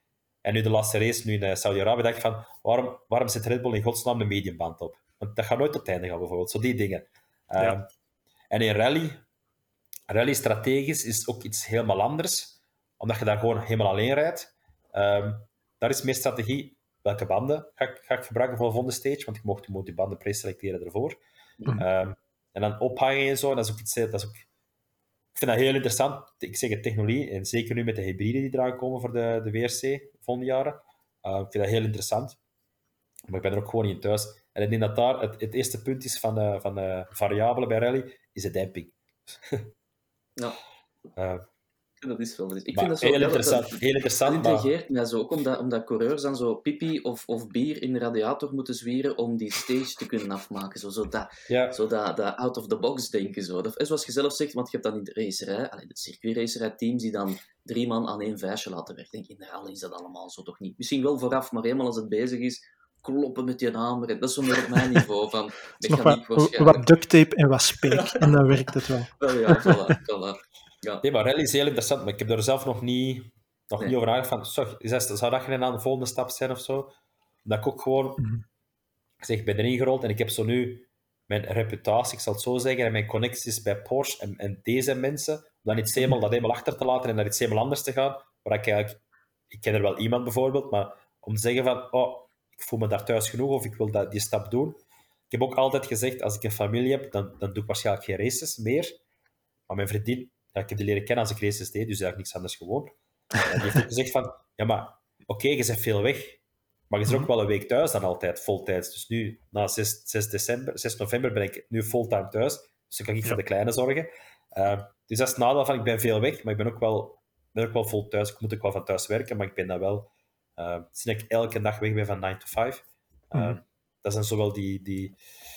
En nu de laatste race, nu in Saudi-Arabië, dacht ik van, waarom, waarom zet Red Bull in godsnaam de mediumband op? Want dat gaat nooit tot het einde gaan, bijvoorbeeld. Zo die dingen. Ja. Um, en in rally, rally strategisch is ook iets helemaal anders, omdat je daar gewoon helemaal alleen rijdt. Um, daar is meer strategie. Welke banden ga ik, ga ik gebruiken voor de volgende stage? Want ik mocht, je moet die banden preselecteren ervoor. Mm. Um, en dan ophangen en zo. Dat is ook iets... Dat is ook, ik vind dat heel interessant. Ik zeg het, technologie. En zeker nu met de hybriden die eraan komen voor de, de W R C volgende jaren. Uh, ik vind dat heel interessant. Maar ik ben er ook gewoon niet in thuis. En ik denk dat daar het, het eerste punt is van de, van de variabelen bij rally, is de damping. Ja. Uh, Dat is wel. Ik maar vind dat zo, heel ja, interessant. Dat, dat, heel interessant dat intrigeert mij zo ook, omdat, omdat coureurs dan zo pipi of, of bier in de radiator moeten zwieren om die stage te kunnen afmaken. Zo, zo, dat, ja. zo dat, dat out-of-the-box denken. Zo. Dat is zoals je zelf zegt, want je hebt dan in de racerij, allee, de circuitracerij teams die dan drie man aan één vuistje laten werken. In de rally is dat allemaal zo toch niet. Misschien wel vooraf, maar eenmaal als het bezig is, kloppen met je hamer. Dat is zo meer op mijn niveau van mechaniek wat, wat duct tape en wat speek en dan werkt het wel. Wel ja, voilà, voilà. Ja. Nee, maar rally is heel interessant, maar ik heb er zelf nog niet, nog nee. niet over nagedacht van, zo, zou dat geen aan de volgende stap zijn of zo? Dat ik ook gewoon... Mm-hmm. Ik zeg, ik ben erin gerold en ik heb zo nu mijn reputatie, ik zal het zo zeggen, en mijn connecties bij Porsche en, en deze mensen, om dan iets helemaal, dat helemaal achter te laten en naar iets helemaal anders te gaan, waar ik eigenlijk, ik ken er wel iemand bijvoorbeeld, maar om te zeggen van, oh, ik voel me daar thuis genoeg of ik wil dat, die stap doen. Ik heb ook altijd gezegd, als ik een familie heb, dan, dan doe ik waarschijnlijk geen races meer. Maar mijn vriendin, ja, ik heb die leren kennen als ik races deed, dus eigenlijk niks anders gewoon. En die heeft ook gezegd van, ja, maar oké, okay, je bent veel weg. Maar je is er ook wel een week thuis dan altijd, voltijds. Dus nu, na zes, zes december, zes november ben ik nu fulltime thuis. Dus dan kan ik ja. voor de kleine zorgen. Uh, dus dat is het nadeel van, ik ben veel weg, maar ik ben ook wel, ben ook wel vol thuis. Ik moet ook wel van thuis werken, maar ik ben dat wel... Uh, sinds ik elke dag weg ben van nine to five. Uh, mm. Dat zijn zowel die... die,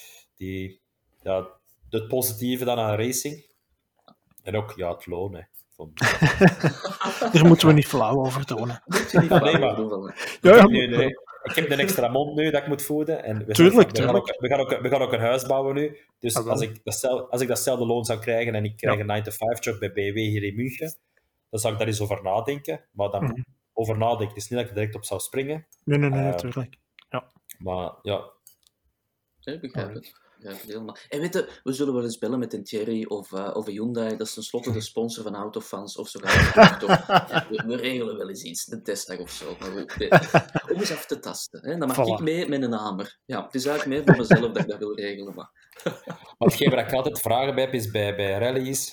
die ja, het positieve dan aan racing. En ook, ja, het loon, hè. Van... Daar moeten we niet flauw over tonen. Moet je niet flauw nee, maar... doen. Ja, ja. Nee, nee. Ik heb een extra mond nu dat ik moet voeden. En we, tuurlijk, zijn, we, tuurlijk. Gaan ook, we, gaan ook, we gaan ook een huis bouwen nu. Dus ah, als, ik datzelfde, als ik datzelfde loon zou krijgen en ik krijg ja. een nine to five job bij B M W hier in München, dan zou ik daar eens over nadenken. Maar dan mm. over nadenken, het is niet dat ik er direct op zou springen. Nee, nee, nee, uh, natuurlijk. Ja. Maar ja... Ja, ik begrijp het. Ja, helemaal. En weet je, we zullen wel eens bellen met een Thierry of, uh, of een Hyundai. Dat is tenslotte de sponsor van Autofans of zo. Ja, we, we regelen wel eens iets, een testdag of zo. Maar goed, nee. Om eens af te tasten. Hè. Dan mag voilà. ik mee met een hamer. Ja, het is eigenlijk meer voor mezelf dat ik dat wil regelen. Maar, maar hetgeen waar ik altijd vragen bij heb, is bij, bij rallies,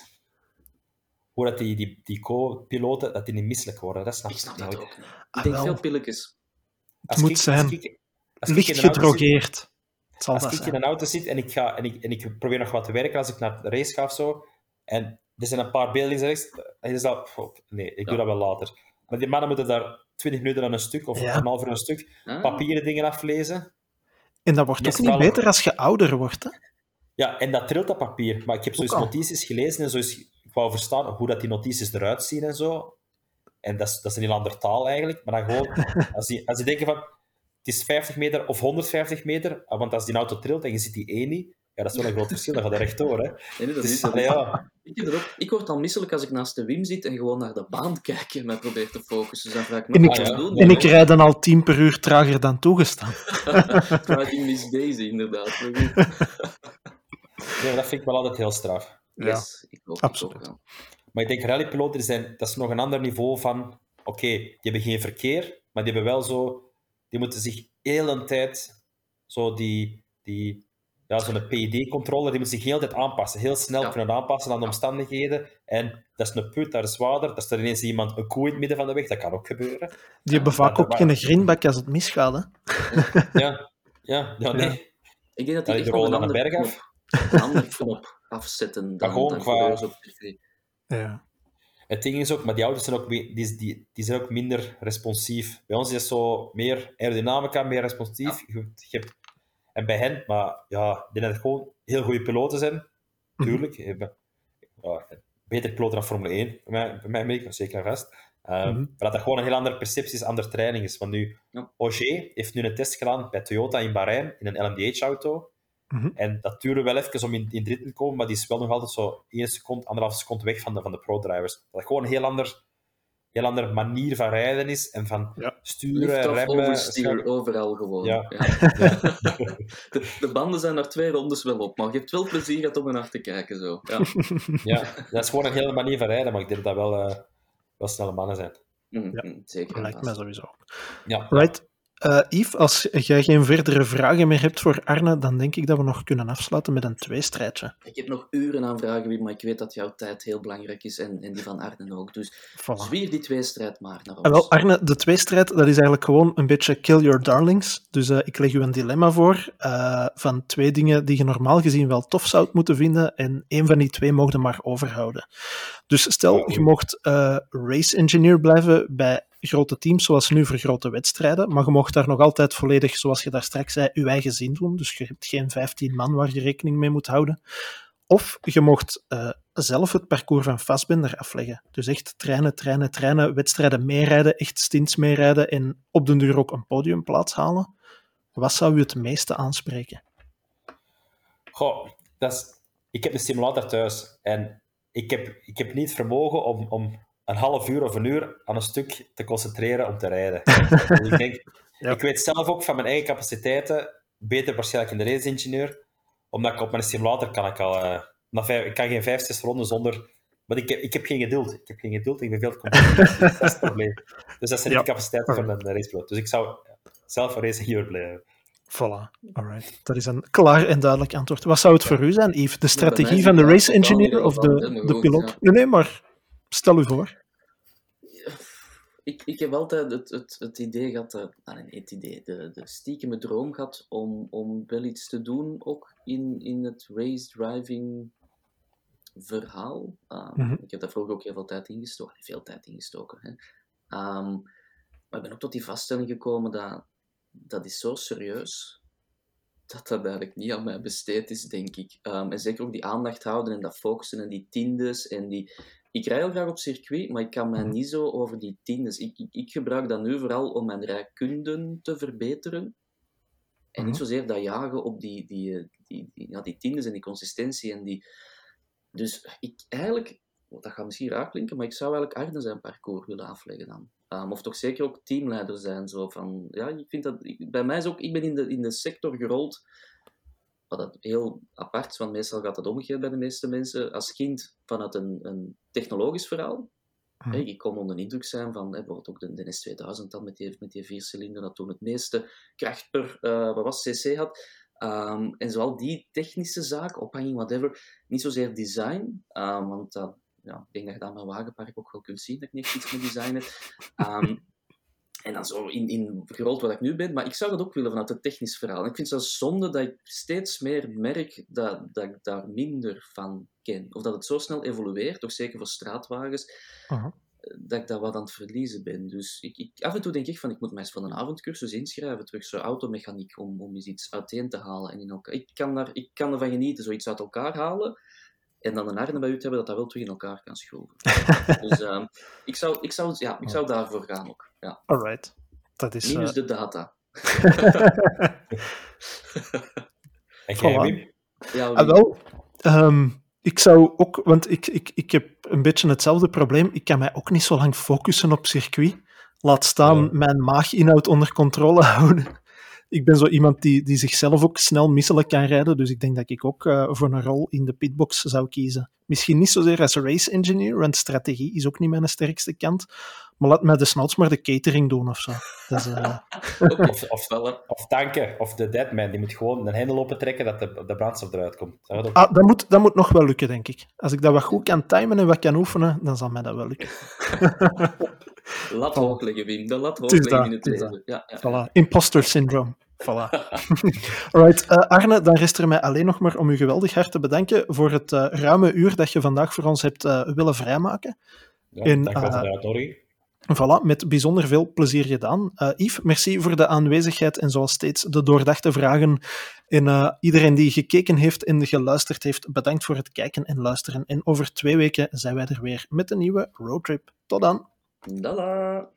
hoe dat die, die, die co-piloten dat die niet misselijk worden. Dat snap ik snap dat nooit. ook niet. Ik denk ah, veel pilletjes. Het moet ik, zijn als ik, als licht ik gedrogeerd. Als ik zijn. in een auto zit en ik, ga, en, ik, en ik probeer nog wat te werken als ik naar de race ga of zo, en er zijn een paar beelden rechts, en je dat, oh, nee, ik ja. doe dat wel later. Maar die mannen moeten daar twintig minuten aan een stuk, of ja. een half uur een stuk, ah. papieren dingen aflezen. En dat wordt ook niet wel... beter als je ouder wordt, hè? Ja, en dat trilt dat papier. Maar ik heb zo eens notities gelezen en zo eens, ik wou verstaan hoe dat die notities eruit zien en zo. En dat is, dat is een heel andere taal eigenlijk, maar dan gewoon, als die, als die denken van, het is vijftig meter of honderdvijftig meter, want als die auto trilt en je ziet die één niet, ja, dat is wel een groot verschil, dan gaat er rechtdoor, hè. Nee, nee, dat dus, is dat. Allee, ja. ik, ook, ik word al misselijk als ik naast de Wim zit en gewoon naar de baan kijk en mij probeer te focussen. Dus dan vraag ik me en ik, ah, ja. doen, en ik rijd dan al tien per uur trager dan toegestaan. Driving Miss Daisy, inderdaad. Ja, dat vind ik wel altijd heel straf. Yes, ja. ik ook. Absoluut. Ik ook, ja. Maar ik denk, rallypiloten zijn, dat is nog een ander niveau van, oké, okay, die hebben geen verkeer, maar die hebben wel zo, die moeten zich heel een tijd, zo die, die ja, zo'n P I D-controller, die moet zich heel de tijd aanpassen, heel snel ja. kunnen aanpassen aan de omstandigheden. En dat is een put, dat is water, dat is er ineens iemand een koe in het midden van de weg, dat kan ook gebeuren. Die hebben ja, vaak ook geen greenback als het misgaat, hè? Ja, ja, ja nee. Ja. Ik denk dat die, die echt rollen een naar de berg knop, af. Een andere knop afzetten dan, gewoon dan qua... op tv. Ja. Het ding is ook, maar die auto's zijn ook, die, die, die zijn ook minder responsief. Bij ons is het zo meer aerodynamica, meer responsief. Ja. Je, je hebt, en bij hen, maar ja, ik denk dat het gewoon heel goede piloten zijn. Tuurlijk. Mm-hmm. Ja, beter piloten dan Formule één, bij mij, bij mij merk ik zeker en vast. Um, mm-hmm. Maar dat dat gewoon een heel andere perceptie is, andere training is. Want nu, ja. Ogier heeft nu een test gedaan bij Toyota in Bahrein, in een L M D H-auto. Mm-hmm. En dat duurde wel even om in, in drit te komen, maar die is wel nog altijd zo één seconde, anderhalf seconde weg van de, van de pro-drivers. Dat het gewoon een heel ander, heel andere manier van rijden is en van ja. sturen, remmen... overstuur, overal gewoon. Ja. Ja. Ja. De, de banden zijn er twee rondes wel op, maar je hebt wel plezier gehad om er naar te kijken. Zo. Ja. Ja, dat is gewoon een hele manier van rijden, maar ik denk dat dat wel, uh, wel snelle mannen zijn. Mm-hmm. Ja. Zeker. Lijkt mij sowieso. Ja. Right. Uh, Yves, als jij geen verdere vragen meer hebt voor Arne, dan denk ik dat we nog kunnen afsluiten met een tweestrijdje. Ik heb nog uren aan vragen, Wim, maar ik weet dat jouw tijd heel belangrijk is en, en die van Arne ook. Dus voilà. Zwier die tweestrijd maar naar ons. Uh, wel, Arne, de tweestrijd, dat is eigenlijk gewoon een beetje kill your darlings. Dus uh, ik leg u een dilemma voor uh, van twee dingen die je normaal gezien wel tof zou moeten vinden en één van die twee mocht je maar overhouden. Dus stel, je mocht uh, race engineer blijven bij grote teams, zoals nu voor grote wedstrijden, maar je mocht daar nog altijd volledig, zoals je daar straks zei, je eigen zin doen. Dus je hebt geen vijftien man waar je rekening mee moet houden. Of je mocht uh, zelf het parcours van Fassbender afleggen. Dus echt trainen, trainen, trainen, wedstrijden meerijden, echt stints meerijden en op den duur ook een podiumplaats halen. Wat zou u het meeste aanspreken? Goh, dat is... ik heb een simulator thuis en ik heb, ik heb niet het vermogen om... om een half uur of een uur aan een stuk te concentreren om te rijden. Dus ik denk, ja. Ik weet zelf ook van mijn eigen capaciteiten, beter waarschijnlijk in de race-ingenieur. Omdat ik op mijn simulator kan ik al... Uh, na vijf, ik kan geen vijf, zes ronden zonder... Maar ik heb, ik heb geen geduld. Ik heb geen geduld, ik ben veel te competitief. Dat is het probleem. Dus dat is niet ja. de capaciteit van een racepiloot. Dus ik zou zelf een race-ingenieur blijven. Voilà, alright. Dat is een klaar en duidelijk antwoord. Wat zou het ja. voor u zijn, Yves? De strategie ja, van de race-engineer of de, de goed, piloot? Ja. Nee, nee, maar stel u voor. Ik, ik heb altijd het, het, het idee gehad, uh, nou, nee, het idee, de, de stiekeme droom gehad om, om wel iets te doen, ook in, in het race-driving verhaal. Um, mm-hmm. Ik heb daar vroeger ook heel veel tijd in gestoken, veel tijd in gestoken. Hè. Um, maar ik ben ook tot die vaststelling gekomen dat dat is zo serieus dat dat eigenlijk niet aan mij besteed is, denk ik. Um, en zeker ook die aandacht houden en dat focussen en die tiendes en die... Ik rij heel graag op circuit, maar ik kan mij niet zo over die tiendes. Ik, ik, ik gebruik dat nu vooral om mijn rijkunde te verbeteren. En niet zozeer dat jagen op die, die, die, die, ja, die tiendes en die consistentie. En die... Dus ik eigenlijk, dat gaat misschien raar klinken, maar ik zou eigenlijk Arne zijn parcours willen afleggen dan. Um, of toch zeker ook teamleider zijn. Zo van, ja, ik vind dat, ik, bij mij is ook, ik ben in de, in de sector gerold. Wat dat heel apart is, want meestal gaat dat omgekeerd bij de meeste mensen. Als kind vanuit een, een technologisch verhaal. Hm. Hey, ik kon onder de indruk zijn van, hey, bijvoorbeeld ook de, de S tweeduizend dan met die, met die viercilinder, dat toen het meeste kracht per, uh, wat was cc had. Um, en zoal die technische zaken, ophanging, whatever, niet zozeer design, um, want dat, ja, ik denk dat je dat aan mijn wagenpark ook wel kunt zien, dat ik niet iets met design heb. Um, En dan zo in, in gerold wat ik nu ben. Maar ik zou dat ook willen vanuit het technisch verhaal. En ik vind het zelfs zonde dat ik steeds meer merk dat, dat ik daar minder van ken. Of dat het zo snel evolueert, toch zeker voor straatwagens, uh-huh. dat ik dat wat aan het verliezen ben. Dus ik, ik, af en toe denk ik van, ik moet mij eens voor een avondcursus inschrijven, terug zo automechaniek, om, om eens iets uiteen te halen. En in elkaar. Ik, kan daar, ik kan ervan genieten, zoiets uit elkaar halen. En dan een Arne bij u te hebben dat dat wel terug in elkaar kan schroeven. Dus um, ik, zou, ik, zou, ja, ik zou daarvoor gaan ook. Ja. Alright. Dat is, Minus uh... de data. En jij, Wim? Ja, ah, wel, um, ik zou ook, want ik, ik, ik heb een beetje hetzelfde probleem. Ik kan mij ook niet zo lang focussen op circuit. Laat staan ja. mijn maaginhoud onder controle houden. Ik ben zo iemand die, die zichzelf ook snel misselijk kan rijden, dus ik denk dat ik ook uh, voor een rol in de pitbox zou kiezen. Misschien niet zozeer als race engineer, want strategie is ook niet mijn sterkste kant, maar laat mij desnoods maar de catering doen of zo. Dus, uh... of, of, of tanken, of de deadman, die moet gewoon een hendel opentrekken dat de, de brandstof eruit komt. Dat, ook... ah, dat, moet, dat moet nog wel lukken, denk ik. Als ik dat wat goed kan timen en wat kan oefenen, dan zal mij dat wel lukken. Lat hoog leggen, Wim. De lat hoog leggen in het leven. Ja, ja, voilà. Ja. Imposter syndrome. Voilà. Alright, uh, Arne, dan rest er mij alleen nog maar om u geweldig hard te bedanken voor het uh, ruime uur dat je vandaag voor ons hebt uh, willen vrijmaken. Ja, en, dank wel uh, voor de uitnodiging. Voilà, met bijzonder veel plezier gedaan. Uh, Yves, merci voor de aanwezigheid en zoals steeds de doordachte vragen. En uh, iedereen die gekeken heeft en geluisterd heeft, bedankt voor het kijken en luisteren. En over twee weken zijn wij er weer met een nieuwe roadtrip. Tot dan. Dada.